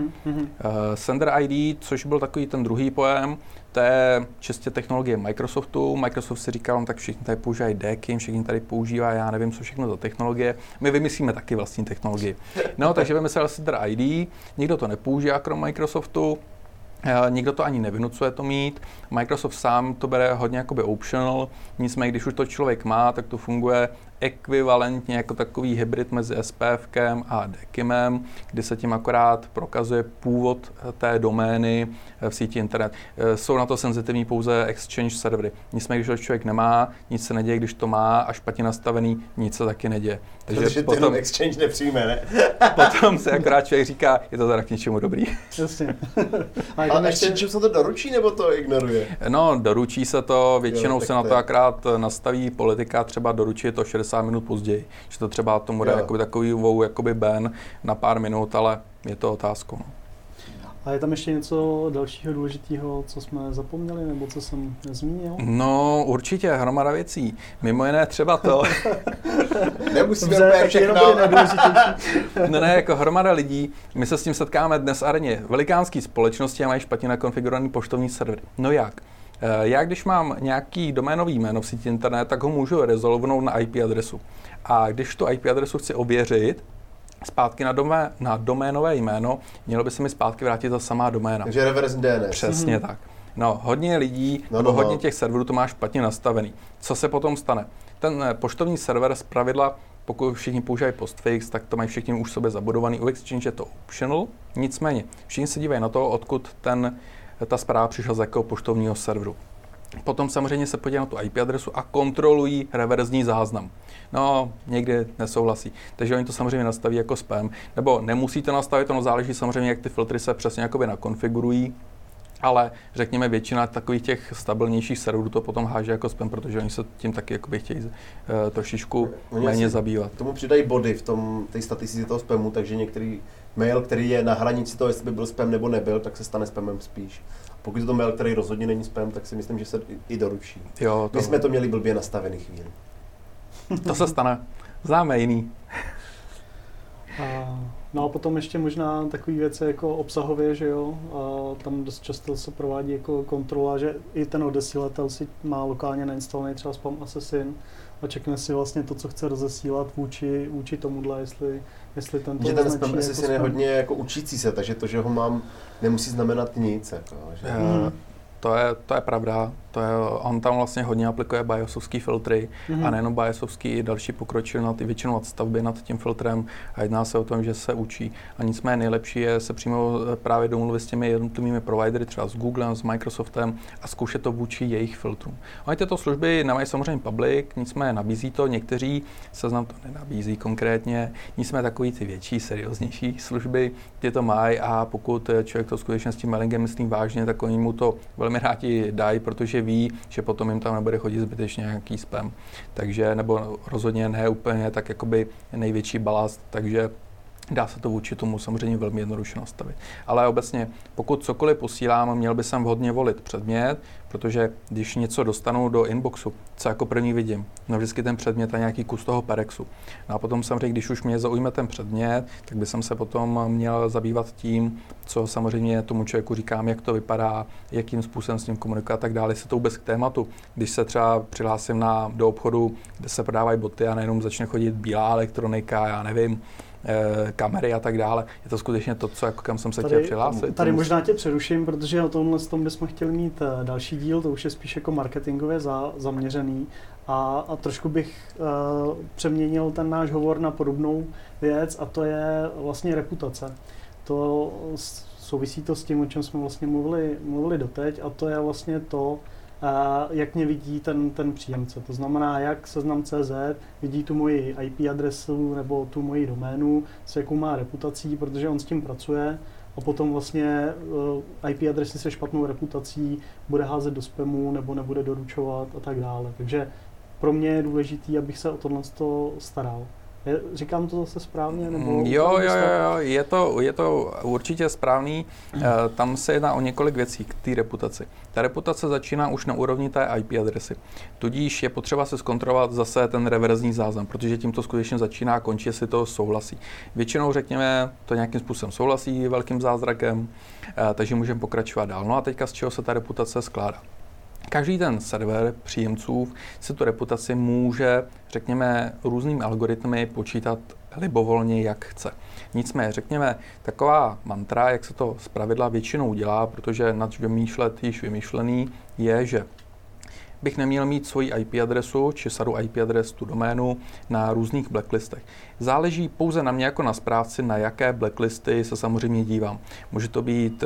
Sender ID, což byl takový ten druhý pojem, to je čistě technologie Microsoftu. Microsoft si říkal, tak všichni tady používají DKIM, všichni tady používají, já nevím, co všechno za technologie. My vymyslíme taky vlastní technologii. No, takže vymyslel Sender ID, nikdo to nepoužívá krom Microsoftu, nikdo to ani nevynucuje to mít. Microsoft sám to bere hodně jakoby optional, nicméně když už to člověk má, tak to funguje ekvivalentně jako takový hybrid mezi SPFkem a DKIMem, kdy se tím akorát prokazuje původ té domény v síti internet. Jsou na to senzitivní pouze Exchange servery. Nicméně, když to člověk nemá, nic se neděje, když to má a špatně nastavený, nic se taky neděje.
Takže potom Exchange nepřijme, ne?
Potom se akorát člověk říká, je to teda k něčemu dobrý.
Jasně.
A Exchange se to doručí, nebo to ignoruje?
No, doručí se to, většinou se na to akorát nastaví politika, třeba doručí to 60 minut později. Že to třeba tomu jde takový ban na pár minut, ale je to otázkou.
A je tam ještě něco dalšího důležitého, co jsme zapomněli, nebo co jsem nezmínil?
No, určitě, hromada věcí. Mimo jiné třeba to.
Nemusíme úplně všechno.
Ne, jako hromada lidí. My se s tím setkáme dnes a denně. Velikánský společnosti a mají špatně nakonfigurovaný poštovní server. No jak? Já, když mám nějaký doménový jméno v síti internet, tak ho můžu rezolvnout na IP adresu. A když tu IP adresu chci ověřit, zpátky na doménové jméno, mělo by se mi zpátky vrátit ta samá doména.
Takže reverse DNS.
Přesně tak. No, hodně lidí, hodně těch serverů to má špatně nastavený. Co se potom stane? Ten poštovní server zpravidla, pokud všichni používají postfix, tak to mají všichni už sobě zabudovaný. U Exchange je to optional, nicméně všichni se dívají na to, odkud ta zpráva přišla z jakého poštovního serveru. Potom samozřejmě se podívají na tu IP adresu a kontrolují reverzní záznam. No, někdy nesouhlasí. Takže oni to samozřejmě nastaví jako spam. Nebo nemusí to nastavit, ono záleží samozřejmě, jak ty filtry se přesně jakoby nakonfigurují. Ale řekněme, většina takových těch stabilnějších serverů to potom háže jako spam, protože oni se tím taky jakoby chtějí trošičku méně zabývat.
Tomu přidají body v té statistice toho spamu, takže některý mail, který je na hranici toho, jestli by byl spam nebo nebyl, tak se stane spamem spíš. Pokud je to mail, který rozhodně není spam, tak si myslím, že se i doručí. My jsme to měli blbě nastavený chvíli.
To se stane. Známe jiný.
No a potom ještě možná takové věci jako obsahově, že jo, a tam dost často se provádí jako kontrola, že i ten odesílatel si má lokálně nainstalovaný třeba Spam Assassin a čekne si vlastně to, co chce rozesílat vůči tomuhle, jestli tento
že ten Spam Assassin je hodně jako učící se, takže to, že ho mám, nemusí znamenat nic. Jako, že...
To je pravda. On tam vlastně hodně aplikuje BIOSovský filtry a nejenom BIOSovský, i další pokročil většinou nadstavby nad tím filtrem a jedná se o tom, že se učí. A nicméně nejlepší je se přímo právě domluvit s těmi jednotlivými providery, třeba s Googlem, s Microsoftem a zkoušet to vůči jejich filtrům. Oni tyto služby nemají samozřejmě public, nicméně nabízí to, někteří Seznam to nenabízí konkrétně, nicméně takový ty větší, serióznější služby, ty to mají a pokud člověk to skutečně s tím mailingem myslí vážně, tak oni mu to velmi rádi dají, protože protože ví, že potom jim tam nebude chodit zbytečně nějaký spam. Takže, nebo rozhodně ne úplně tak jakoby největší balast, takže dá se to vůči tomu samozřejmě velmi jednoduše nastavit. Ale obecně, pokud cokoliv posílám, měl by jsem vhodně volit předmět, protože když něco dostanu do inboxu, co jako první vidím, no vždycky ten předmět a nějaký kus toho perexu. No a potom samozřejmě, když už mě zaujme ten předmět, tak by jsem se potom měl zabývat tím, co samozřejmě tomu člověku říkám, jak to vypadá, jakým způsobem s ním komunikovat a tak dále, se to vůbec k tématu. Když se třeba přihlásím do obchodu, kde se prodávají boty a nejenom začne chodit bílá elektronika, já nevím, kamery a tak dále. Je to skutečně to, co, jako kam jsem se chtěl přihlásit.
Tady možná tě přeruším, protože o tomhle tom bychom chtěli mít další díl, to už je spíš jako marketingově zaměřený a trošku bych přeměnil ten náš hovor na podobnou věc a to je vlastně reputace. To souvisí to s tím, o čem jsme vlastně mluvili doteď a to je vlastně to, jak mě vidí ten příjemce. To znamená, jak Seznam.cz vidí tu moji IP adresu nebo tu moji doménu, s jakou má reputací, protože on s tím pracuje a potom vlastně IP adresy se špatnou reputací bude házet do spamu nebo nebude doručovat a tak dále. Takže pro mě je důležitý, abych se o tohle staral. Říkám to zase správně? Nebo
jo, je to určitě správný. Tam se jedná o několik věcí k té reputaci. Ta reputace začíná už na úrovni té IP adresy. Tudíž je potřeba se zkontrolovat zase ten reverzní záznam, protože tím to skutečně začíná a končí, jestli to souhlasí. Většinou, řekněme, to nějakým způsobem souhlasí velkým zázrakem, takže můžeme pokračovat dál. No a teďka z čeho se ta reputace skládá? Každý ten server příjemců si tu reputaci může, řekněme, různými algoritmy počítat libovolně, jak chce. Nicméně, řekněme, taková mantra, jak se to zpravidla většinou dělá, protože nač vymýšlet již vymýšlený, je, že bych neměl mít svoji IP adresu, či sadu IP adres, tu doménu, na různých blacklistech. Záleží pouze na mě jako na správci, na jaké blacklisty se samozřejmě dívám. Může to být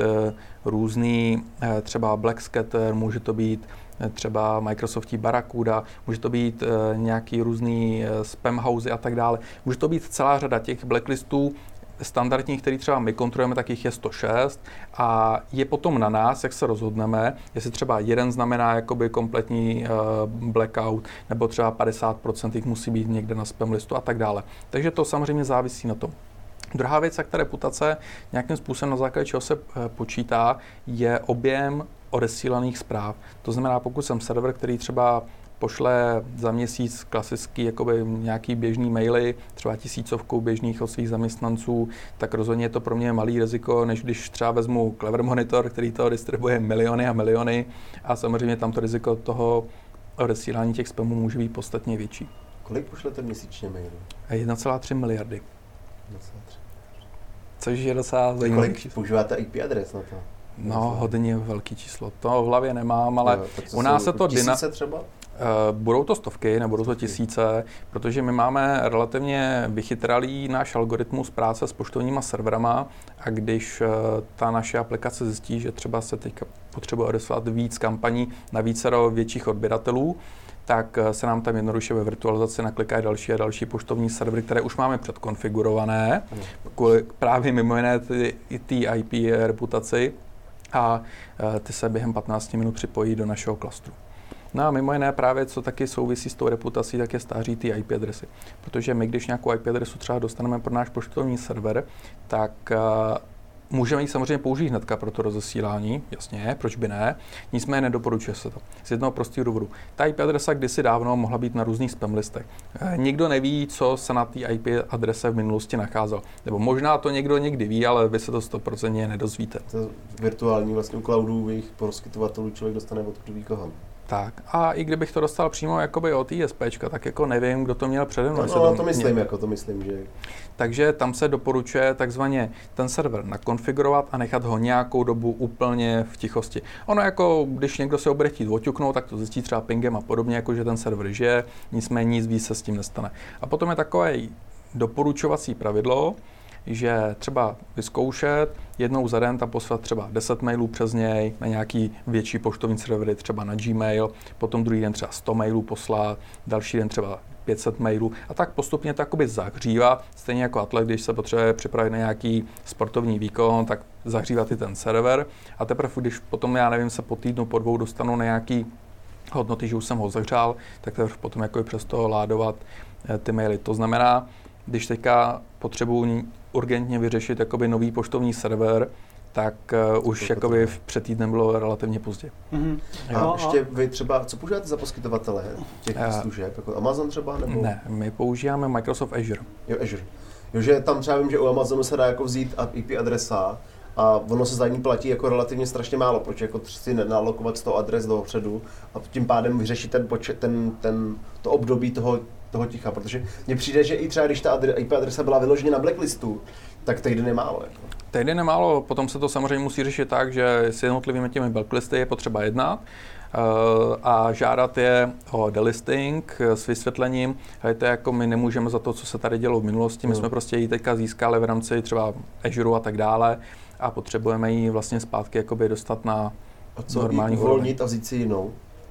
různý třeba Black Scatter, může to být třeba Microsoftí Barracuda, může to být nějaký různý spam housey a tak dále. Může to být celá řada těch blacklistů, standardních, který třeba my kontrolujeme, tak jich je 106 a je potom na nás, jak se rozhodneme, jestli třeba jeden znamená jakoby kompletní blackout, nebo třeba 50% jich musí být někde na spam listu a tak dále. Takže to samozřejmě závisí na tom. Druhá věc, jak ta reputace nějakým způsobem na základě čeho se počítá, je objem odesílaných zpráv. To znamená, pokud jsem server, který třeba pošle za měsíc klasický jakoby nějaký běžný maily, třeba 1000 běžných od svých zaměstnanců, tak rozhodně je to pro mě malý riziko, než když třeba vezmu Clever Monitor, který toho distribuje miliony a miliony a samozřejmě tam to riziko toho odesílání těch spamů může být podstatně větší.
Kolik pošlete měsíčně mailů?
1,3 miliardy.
1,3.
Což je docela zajímavé.
Kolik používáte IP adres na to?
No, hodně velký číslo. To v hlavě nemám, ale u nás se to...
Tisíce třeba?
Budou to stovky, nebudou to tisíce, protože my máme relativně vychytralý náš algoritmus práce s poštovníma serverama a když ta naše aplikace zjistí, že třeba se teďka potřebuje odeslat víc kampaní na vícero větších odběratelů, tak se nám tam jednoduše ve virtualizaci naklikají další a další poštovní servery, které už máme předkonfigurované, právě mimo jiné ty IP reputaci a ty se během 15 minut připojí do našeho klastru. No a mimo jiné právě, co taky souvisí s tou reputací, tak je stáří ty IP adresy. Protože my, když nějakou IP adresu třeba dostaneme pro náš poštovní server, tak můžeme ji samozřejmě použít hnedka pro to rozesílání, jasně, proč by ne, nicméně nedoporučuje se to. Z jednoho prostého důvodu. Ta IP adresa kdysi dávno mohla být na různých spam listech. Nikdo neví, co se na té IP adrese v minulosti nacházelo. Nebo možná to někdo někdy ví, ale vy se to 100% nedozvíte.
To virtuální vlastně u cloudů jejich poskytovatelů člověk dostane od kdo ví koho.
Tak a i kdybych to dostal přímo jakoby od ISPčka, tak jako nevím, kdo to měl přede mnou.
To myslím, že...
Takže tam se doporučuje takzvaně ten server nakonfigurovat a nechat ho nějakou dobu úplně v tichosti. Ono jako, když někdo se ho bude chtít oťuknout, tak to zjistí třeba pingem a podobně, jako že ten server žije, nicméně nic víc se s tím nestane. A potom je takové doporučovací pravidlo, že třeba vyzkoušet jednou za den tam poslat třeba 10 mailů přes něj na nějaký větší poštovní servery, třeba na Gmail, potom druhý den třeba 100 mailů poslat, další den třeba 500 mailů a tak postupně to jakoby zahřívá, stejně jako atlet, když se potřebuje připravit na nějaký sportovní výkon, tak zahřívat i ten server a teprve, když potom, já nevím, se po týdnu, po dvou dostanu na nějaký hodnoty, že už jsem ho zahřál, tak potom jako přes to ládovat ty maily. To znamená, když teďka potřebuji urgentně vyřešit jakoby nový poštovní server, tak už jakoby před týdnem bylo relativně pozdě.
A ještě vy třeba, co používáte za poskytovatele těch služeb? Jako Amazon třeba? Nebo?
Ne, my používáme Microsoft Azure.
Jo, Azure. Jo, že tam třeba vím, že u Amazonu se dá jako vzít IP adresa a ono se za ní platí jako relativně strašně málo, protože jako si nalokovat 100 adres dopředu a tím pádem vyřešit ten počet, to období toho ticha, protože mně přijde, že i třeba když ta IP adresa byla vyloženě na blacklistu, tak týden je málo. Jako.
Týden je málo, potom se to samozřejmě musí řešit tak, že s jednotlivými těmi blacklisty je potřeba jednat a žádat je o delisting s vysvětlením. To je jako my nemůžeme za to, co se tady dělo v minulosti, my jsme prostě ji teďka získali v rámci třeba Azure a tak dále a potřebujeme ji vlastně zpátky jakoby dostat na normální úroveň.
Uvolnit a vzít si jinou?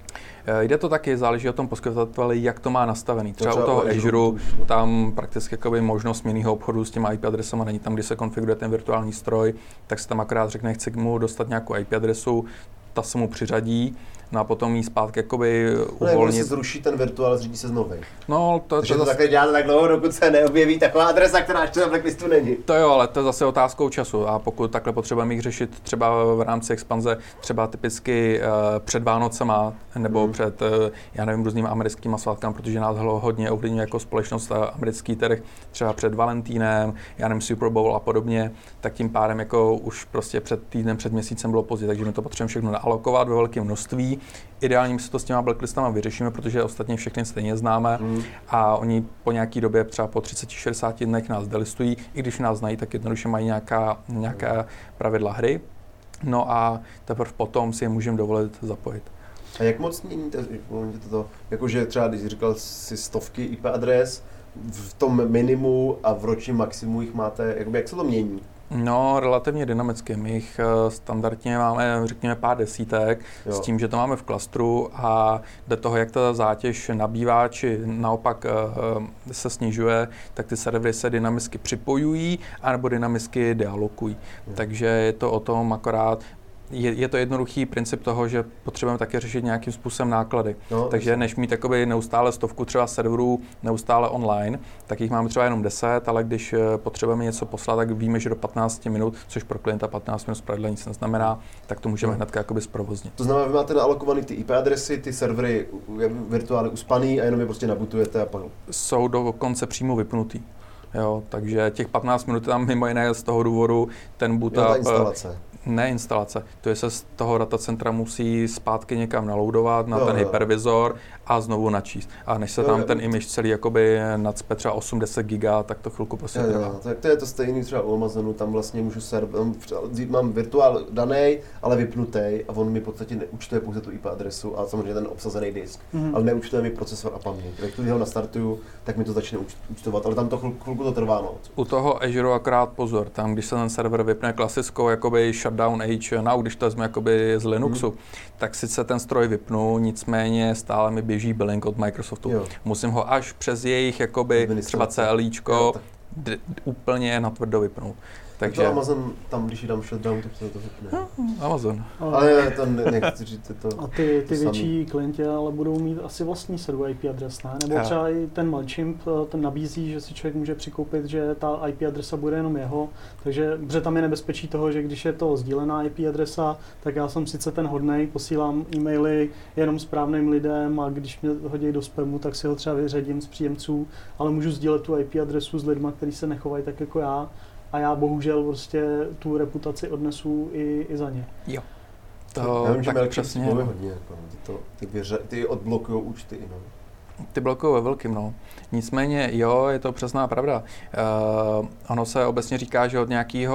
Jde to taky, záleží o tom poskytovateli, jak to má nastavený. Třeba u toho Azure, tam prakticky jakoby možnost směnného obchodu s těma IP adresama není. Tam, když se konfiguruje ten virtuální stroj, tak se tam akorát řekne, chci mu dostat nějakou IP adresu, ta se mu přiřadí, no a potom jí zpátky jakoby uvolnit.
Se zruší ten virtuál, zřídí se znovu.
No,
takže to takhle děláte tak dlouho, dokud se neobjeví taková adresa, která ještě na blacklistu není.
To jo, ale to je zase otázkou času a pokud takhle potřebujeme jich řešit třeba v rámci expanze, třeba typicky před Vánocema nebo před, já nevím, různými americkými svátkami, protože nás hodně ovlivňuje jako společnost americký trh, třeba před Valentínem, já nevím, Super Bowl a podobně, tak tím pádem jako už prostě před týdnem, před měsícem bylo pozdě, takže my to potřebujeme všechno naalokovat ve velkém množství. Ideálně se to s těma blacklistama vyřešíme, protože ostatně všechny stejně známe a oni po nějaký době, třeba po 30-60 dnech nás delistují, i když nás znají, tak jednoduše mají nějaká pravidla hry. No a teprve potom si je můžeme dovolit zapojit.
A jak moc měníte to, jakože třeba když říkal si stovky IP adres, v tom minimu a v ročním maximu jich máte, jakoby, jak se to mění?
No, relativně dynamicky. My jich standardně máme, řekněme, pár desítek, s tím, že to máme v klastru a do toho, jak ta zátěž nabývá, či naopak se snižuje, tak ty servery se dynamicky připojují anebo dynamicky dealokují. Takže je to o tom akorát, je to jednoduchý princip toho, že potřebujeme také řešit nějakým způsobem náklady. No, takže než mít jakoby neustále stovku třeba serverů neustále online, tak jich máme třeba jenom 10, ale když potřebujeme něco poslat, tak víme, že do 15 minut, což pro klienta 15 minut zpravidla nic neznamená, tak to můžeme hnedka jakoby zprovoznit.
To znamená, vy máte naalokovaný ty IP adresy, ty servery virtuálně uspaný a jenom je prostě nabutujete a pak...
Jsou dokonce přímo vypnutý. Jo, takže těch 15 minut tam mimo jiné z toho důvodu ten bootup... Ne instalace, to je se z toho datacentra musí zpátky někam naloadovat na ten hypervizor a znovu načíst. A než se tam ten image celý jakoby nacpe třeba 80 giga, tak to chvilku prostě trvá.
Tak to je to stejný třeba u Amazonu, tam vlastně můžu mám virtuál danej, ale vypnutý a on mi v podstatě neúčtuje pouze tu IP adresu a samozřejmě ten obsazený disk, ale neúčtuje mi procesor a paměť. Jak ho nastartuju, tak mi to začne účtovat, ale tam to chvilku to trvá. No.
U toho Azure akorát pozor, tam když se ten server vypne klasickou jakoby shutdown H now, když to vezme jakoby z Linuxu, tak sice ten stroj vypnu, nicméně stále mi běží billing od Microsoftu. Musím ho až přes jejich jakoby třeba CLIčko úplně natvrdo vypnout. Takže
to Amazon tam, když dám shutdown, tak se to vypne.
Amazon.
Ale to nechci říct to.
A ty větší klienti ale budou mít asi vlastní sadu IP adres, ne? Nebo třeba i ten Mailchimp ten nabízí, že si člověk může přikoupit, že ta IP adresa bude jenom jeho, takže protože tam je nebezpečí toho, že když je to sdílená IP adresa, tak já jsem sice ten hodnej, posílám e-maily jenom správným lidem a když mě hodí do spamu, tak si ho třeba vyřadím z příjemců, ale můžu sdílet tu IP adresu s lidma, kteří se nechovají tak jako já. A já bohužel prostě tu reputaci odnesu i za ně.
Jo.
Já vím, že Mailchimp spoluje hodně, jako, ty odblokují účty. No.
Ty blokují ve velkým, no. Nicméně, jo, je to přesná pravda. Ono se obecně říká, že od nějakých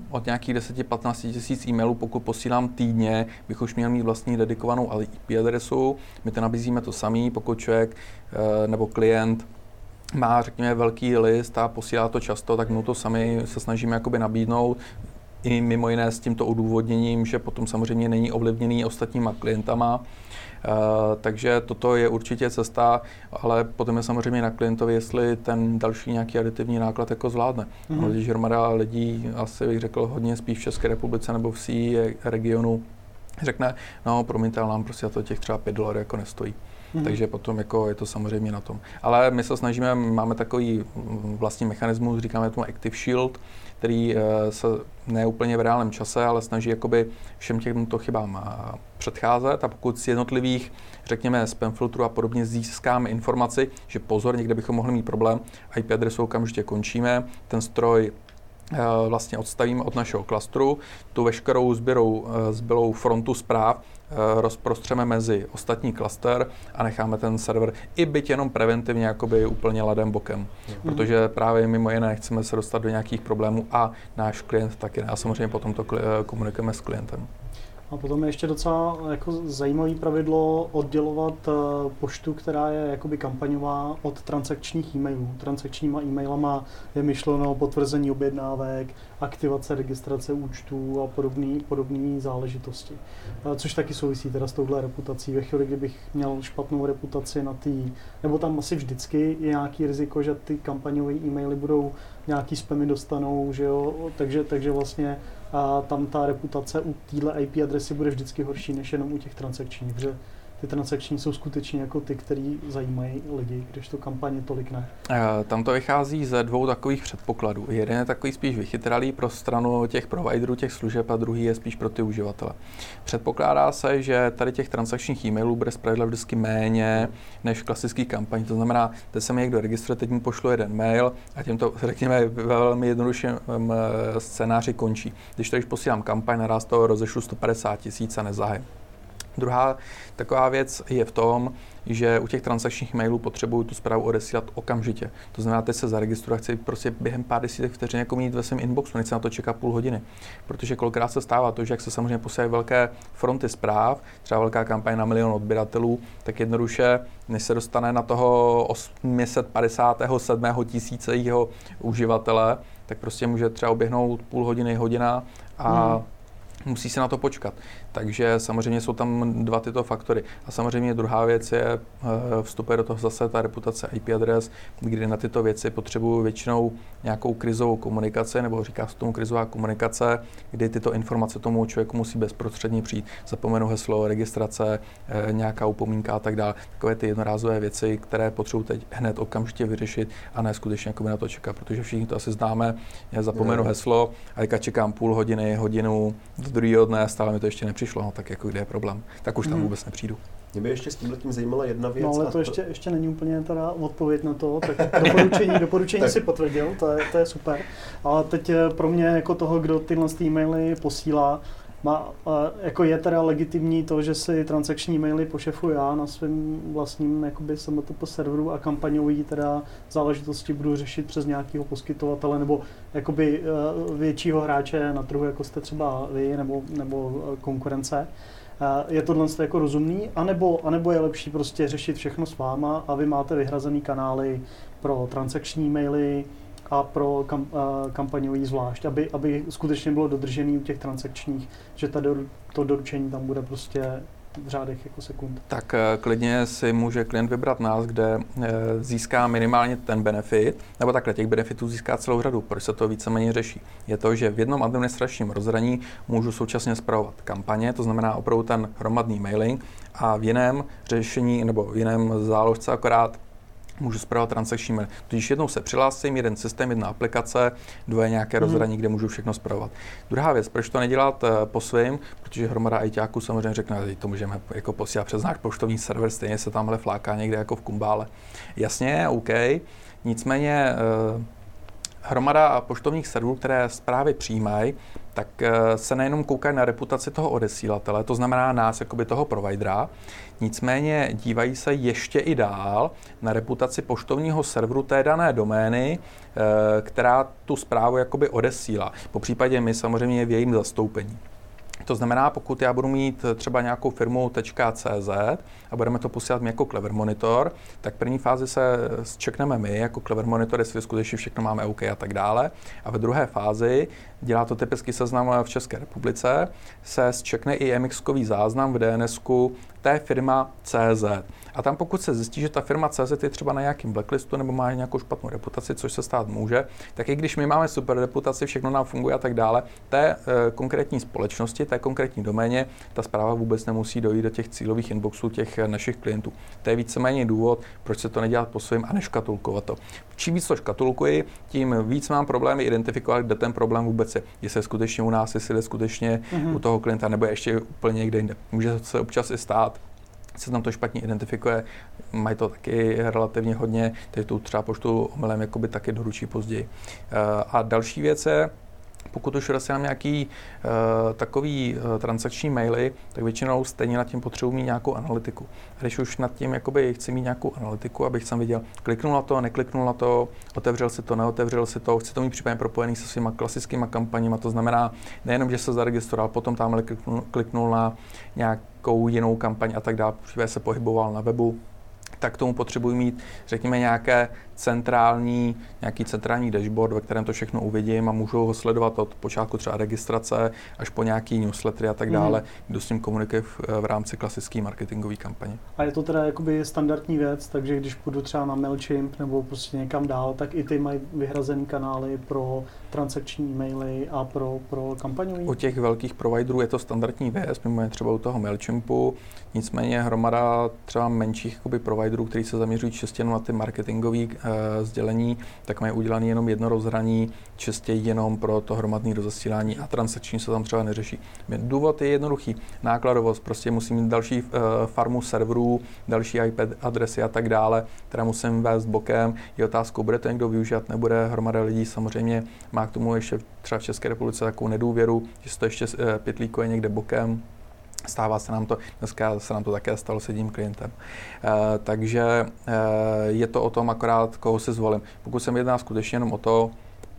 10-15 tisíc e-mailů, pokud posílám týdně, bych už měl mít vlastní dedikovanou IP adresu. My to nabízíme to samý, pokud člověk nebo klient má, řekněme, velký list a posílá to často, tak mu to sami se snažíme jakoby nabídnout. I mimo jiné s tímto odůvodněním, že potom samozřejmě není ovlivněný ostatníma klientama. Takže toto je určitě cesta, ale potom je samozřejmě na klientovi, jestli ten další nějaký aditivní náklad jako zvládne. Když hromada lidí, asi bych řekl hodně spíš v České republice nebo v CE regionu, řekne, no promiňte, ale nám prostě to těch třeba $5 jako nestojí. Takže potom jako je to samozřejmě na tom. Ale my se snažíme, máme takový vlastní mechanismus, říkáme tomu Active Shield, který se ne úplně v reálném čase, ale snaží jakoby všem těmto chybám předcházet, a pokud z jednotlivých, řekněme, spam filtru a podobně získáme informaci, že pozor, někde bychom mohli mít problém, IP adresu okamžitě končíme, ten stroj vlastně odstavíme od našeho klastru, tu veškerou zbylou frontu zpráv rozprostřeme mezi ostatní klaster a necháme ten server i byť jenom preventivně jakoby úplně ladem bokem. Protože právě mimo jiné chceme se dostat do nějakých problémů a náš klient taky ne. A samozřejmě potom to komunikujeme s klientem.
A potom je ještě docela jako zajímavé pravidlo oddělovat poštu, která je jakoby kampaňová, od transakčních e-mailů. Transakčníma e-mailama je myšleno potvrzení objednávek, aktivace, registrace účtů a podobné záležitosti. Což taky souvisí teda s touhle reputací. Ve chvíli, kdybych měl špatnou reputaci na nebo tam asi vždycky je nějaký riziko, že ty kampaňové e-maily budou nějaký spamy dostanou, že jo? Takže vlastně a tam ta reputace u téhle IP adresy bude vždycky horší než jenom u těch transakčních, protože ty transakční jsou skutečně jako ty, který zajímají lidi, když to kampaně tolik ne.
Tam to vychází ze dvou takových předpokladů. Jeden je takový spíš vychytralý pro stranu těch providerů, těch služeb, a druhý je spíš pro ty uživatele. Předpokládá se, že tady těch transakčních e-mailů bude zpravidla vždycky méně než klasický kampaň. To znamená, teď se mi někdo registruje, teď mu pošlu jeden mail a tím to, řekněme, ve velmi jednodušším scénáři končí. Když posílám kampaň, naraz toho rozešlu 150 000 a nezahájím. Druhá taková věc je v tom, že u těch transakčních mailů potřebuju tu zprávu odesílat okamžitě. To znamená, teď se zaregistruji a chci prostě během pár desítek vteřin jako mít ve svém inboxu, nechci na to čekat půl hodiny. Protože kolikrát se stává to, že jak se samozřejmě posílají velké fronty zpráv, třeba velká kampaň na 1 000 000 odběratelů, tak jednoduše, než se dostane na toho 857 000 uživatele, tak prostě může třeba uběhnout půl hodiny, hodina a musí se na to počkat. Takže samozřejmě jsou tam dva tyto faktory. A samozřejmě druhá věc je, vstupuje do toho zase ta reputace IP adres, kdy na tyto věci potřebuju většinou nějakou krizovou komunikaci, nebo říká se tomu krizová komunikace, kdy tyto informace tomu člověku musí bezprostředně přijít. Zapomenu heslo, registrace, nějaká upomínka a tak dále. Takové ty jednorázové věci, které potřebuji teď hned okamžitě vyřešit a ne skutečně na to čekat, protože všichni to asi známe. Já zapomenu heslo a teďka čekám půl hodiny, hodinu, do druhého dne, stále mi to ještě nepřišlo, no, tak jako kde je problém, tak už tam vůbec nepřijdu.
Mě by ještě s tímhletím zajímala jedna věc.
No ale to ještě není úplně teda odpověď na to, tak doporučení tak. Si potvrdil, to je super. Ale teď pro mě jako toho, kdo tyhle e-maily posílá, jako je teda legitimní to, že si transakční maily pošefuji já na svém vlastním jakoby SMTP serveru a kampaňový teda záležitosti budu řešit přes nějakého poskytovatele nebo jakoby většího hráče na trhu, jako jste třeba vy nebo konkurence. Je tohle jako rozumný, anebo je lepší prostě řešit všechno s váma a vy máte vyhrazený kanály pro transakční maily a pro kampaňový zvlášť, aby skutečně bylo dodržený u těch transakčních, že to doručení tam bude prostě v řádech jako sekund.
Tak klidně si může klient vybrat nás, kde získá minimálně ten benefit, nebo takhle těch benefitů získá celou řadu. Proč se to víceméně řeší? Je to, že v jednom administračním rozhraní můžu současně spravovat kampaně, to znamená opravdu ten hromadný mailing, a v jiném řešení nebo v jiném záložce akorát můžu spravovat transakční mail. Tudíž jednou se přihlásím, jeden systém, jedna aplikace, dvoje nějaké rozhraní, kde můžu všechno spravovat. Druhá věc, proč to nedělat po svým, protože hromada ITáků samozřejmě řekne, že to můžeme jako posílat přes náš poštovní server, stejně se tamhle fláká někde jako v Kumbále. Jasně, OK, nicméně hromada poštovních serverů, které zprávy přijímají, tak se nejenom koukají na reputaci toho odesílatele, to znamená nás, jakoby toho providera, nicméně dívají se ještě i dál na reputaci poštovního serveru té dané domény, která tu zprávu jakoby odesílá. Po případě my samozřejmě v jejím zastoupení. To znamená, pokud já budu mít třeba nějakou firmu .cz a budeme to posílat my jako Clever Monitor, tak v první fázi se zčekneme my jako Clever Monitor, jestli skutečně všechno máme OK a tak dále. A ve druhé fázi, dělá to typický seznam v České republice, se zčekne i MX-kový záznam v DNS-ku to je firma CZ. A tam pokud se zjistí, že ta firma CZ je třeba na nějakém blacklistu nebo má nějakou špatnou reputaci, což se stát může, tak i když my máme super reputaci, všechno nám funguje a tak dále, té konkrétní společnosti, té konkrétní doméně, ta zpráva vůbec nemusí dojít do těch cílových inboxů těch našich klientů. To je víceméně důvod, proč se to nedělat po svém a neškatulkovat to. Čím víc to škatulkuji, tím víc mám problémy identifikovat, kde ten problém vůbec je. Jestli je skutečně u nás, jestli je skutečně u toho klienta, nebo ještě úplně někde jinde. Může se občas i stát, se tam to špatně identifikuje, mají to taky relativně hodně, takže tu třeba poštu omylem jakoby taky doručí později. A další věc je, pokud už rozsílám nějaký takový transakční maily, tak většinou stejně nad tím potřebuji mít nějakou analytiku. A když už nad tím jakoby chci mít nějakou analytiku, abych jsem viděl, kliknul na to, nekliknul na to, otevřel si to, neotevřel si to, chci to mít případně propojený se svýma klasickýma kampaněma, to znamená nejenom, že se zaregistroval, potom tamhle kliknul na nějakou jinou kampaň a tak dále, případně se pohyboval na webu, tak k tomu potřebuji mít, řekněme, nějaký centrální dashboard, ve kterém to všechno uvidím a můžu ho sledovat od počátku třeba registrace až po nějaký newslettery a tak dále, kdo s tím komunikuje v rámci klasické marketingové kampaně.
A je to teda jakoby standardní věc, takže když půjdu třeba na Mailchimp nebo prostě někam dál, tak i ty mají vyhrazený kanály pro transakční maily a pro kampaňový?
U těch velkých providerů je to standardní věc, mimo je třeba u toho Mailchimpu, nicméně hromada třeba menších jakoby providerů, kteří se zaměřují čistě na ty marketingové sdělení, tak mají udělané jenom jedno rozhraní, čistě jenom pro to hromadné rozesílání a transakční se tam třeba neřeší. Důvod je jednoduchý, nákladovost, prostě musím mít další farmu serverů, další IP adresy a tak dále, které musím vést bokem. Je otázkou, bude to někdo využívat, nebude, hromada lidí samozřejmě má k tomu ještě třeba v České republice takovou nedůvěru, že se to ještě pytlíkuje někde bokem. Stává se nám to, dneska se nám to také stalo s jedním klientem. Takže je to o tom akorát, koho si zvolím. Pokud se jedná skutečně jenom o to,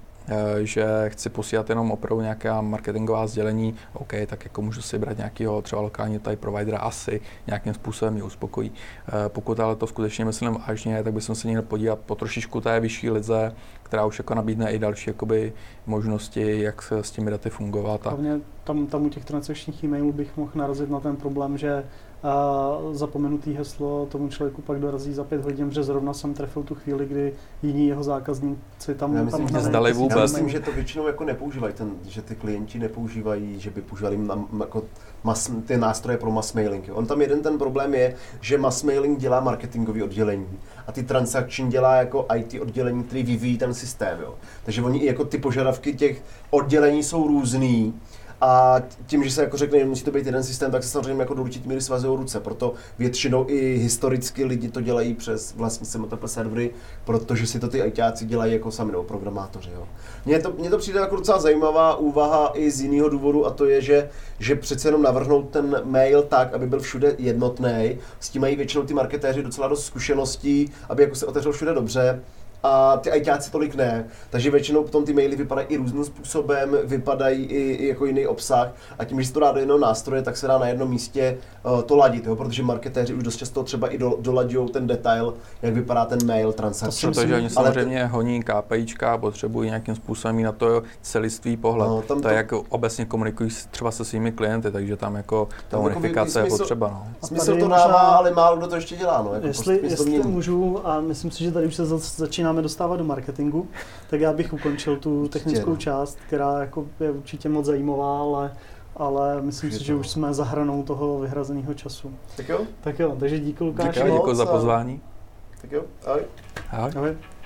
že chci posílat jenom opravdu nějaká marketingová sdělení, OK, tak jako můžu si brát nějakého třeba lokální type providera, asi nějakým způsobem mě uspokojí. Pokud ale to skutečně myslím vážně, tak bych se měl podívat po trošičku té vyšší lize, která už jako nabídne i další jakoby možnosti, jak se s těmi daty fungovat.
Hlavně tam u těch transakčních e-mailů bych mohl narazit na ten problém, že zapomenutý heslo tomu člověku pak dorazí za 5 hodin, že zrovna jsem trefil tu chvíli, kdy jiní jeho zákazníci tam
zdali vůbec.
Já myslím, že to většinou jako nepoužívají, že ty klienti nepoužívají, že by používali jako ty nástroje pro mass mailing. On tam jeden ten problém je, že mass mailing dělá marketingový oddělení a ty transakční dělá jako IT oddělení, který vyvíjí ten systém. Jo. Takže oni jako ty požadavky těch oddělení jsou různý. A tím, že se jako řekne, že musí to být jeden systém, tak se samozřejmě jako do určitý míry svazují ruce. Proto většinou i historicky lidi to dělají přes vlastní SMTP servery, protože si to ty ITáci dělají jako sami, nebo programátoři. Jo. Mně to přijde jako docela zajímavá úvaha i z jiného důvodu, a to je, že přece jenom navrhnout ten mail tak, aby byl všude jednotný. S tím mají většinou ty marketéři docela dost zkušeností, aby jako se otevřel všude dobře. A ty ITáci tolik ne, takže většinou potom ty maily vypadají i různým způsobem, vypadají i jako jiný obsah a tím, že se to dá do jednoho nástroje, tak se dá na jednom místě to ladit, jo? Protože marketéři už dost často třeba i dolaďují ten detail, jak vypadá ten mail transakce.
Protože oni samozřejmě honí KPIčka, potřebují nějakým způsobem na to celistvý pohled. No, to je jak obecně komunikují třeba se svými klienty, takže tam jako ta unifikace je potřeba. No.
Smysl to dává, ale málo kdo to ještě dělá. No, jako
jestli můžu, a myslím si, že tady už se začínáme dostávat do marketingu, tak já bych ukončil tu technickou část, která jako je určitě moc zajímavá, ale myslím si, že už jsme za hranou toho vyhrazeného času.
Tak jo?
Tak jo, takže díky Lukáši.
Děkuji za pozvání.
Tak jo, ahoj.
Ahoj.
Ahoj.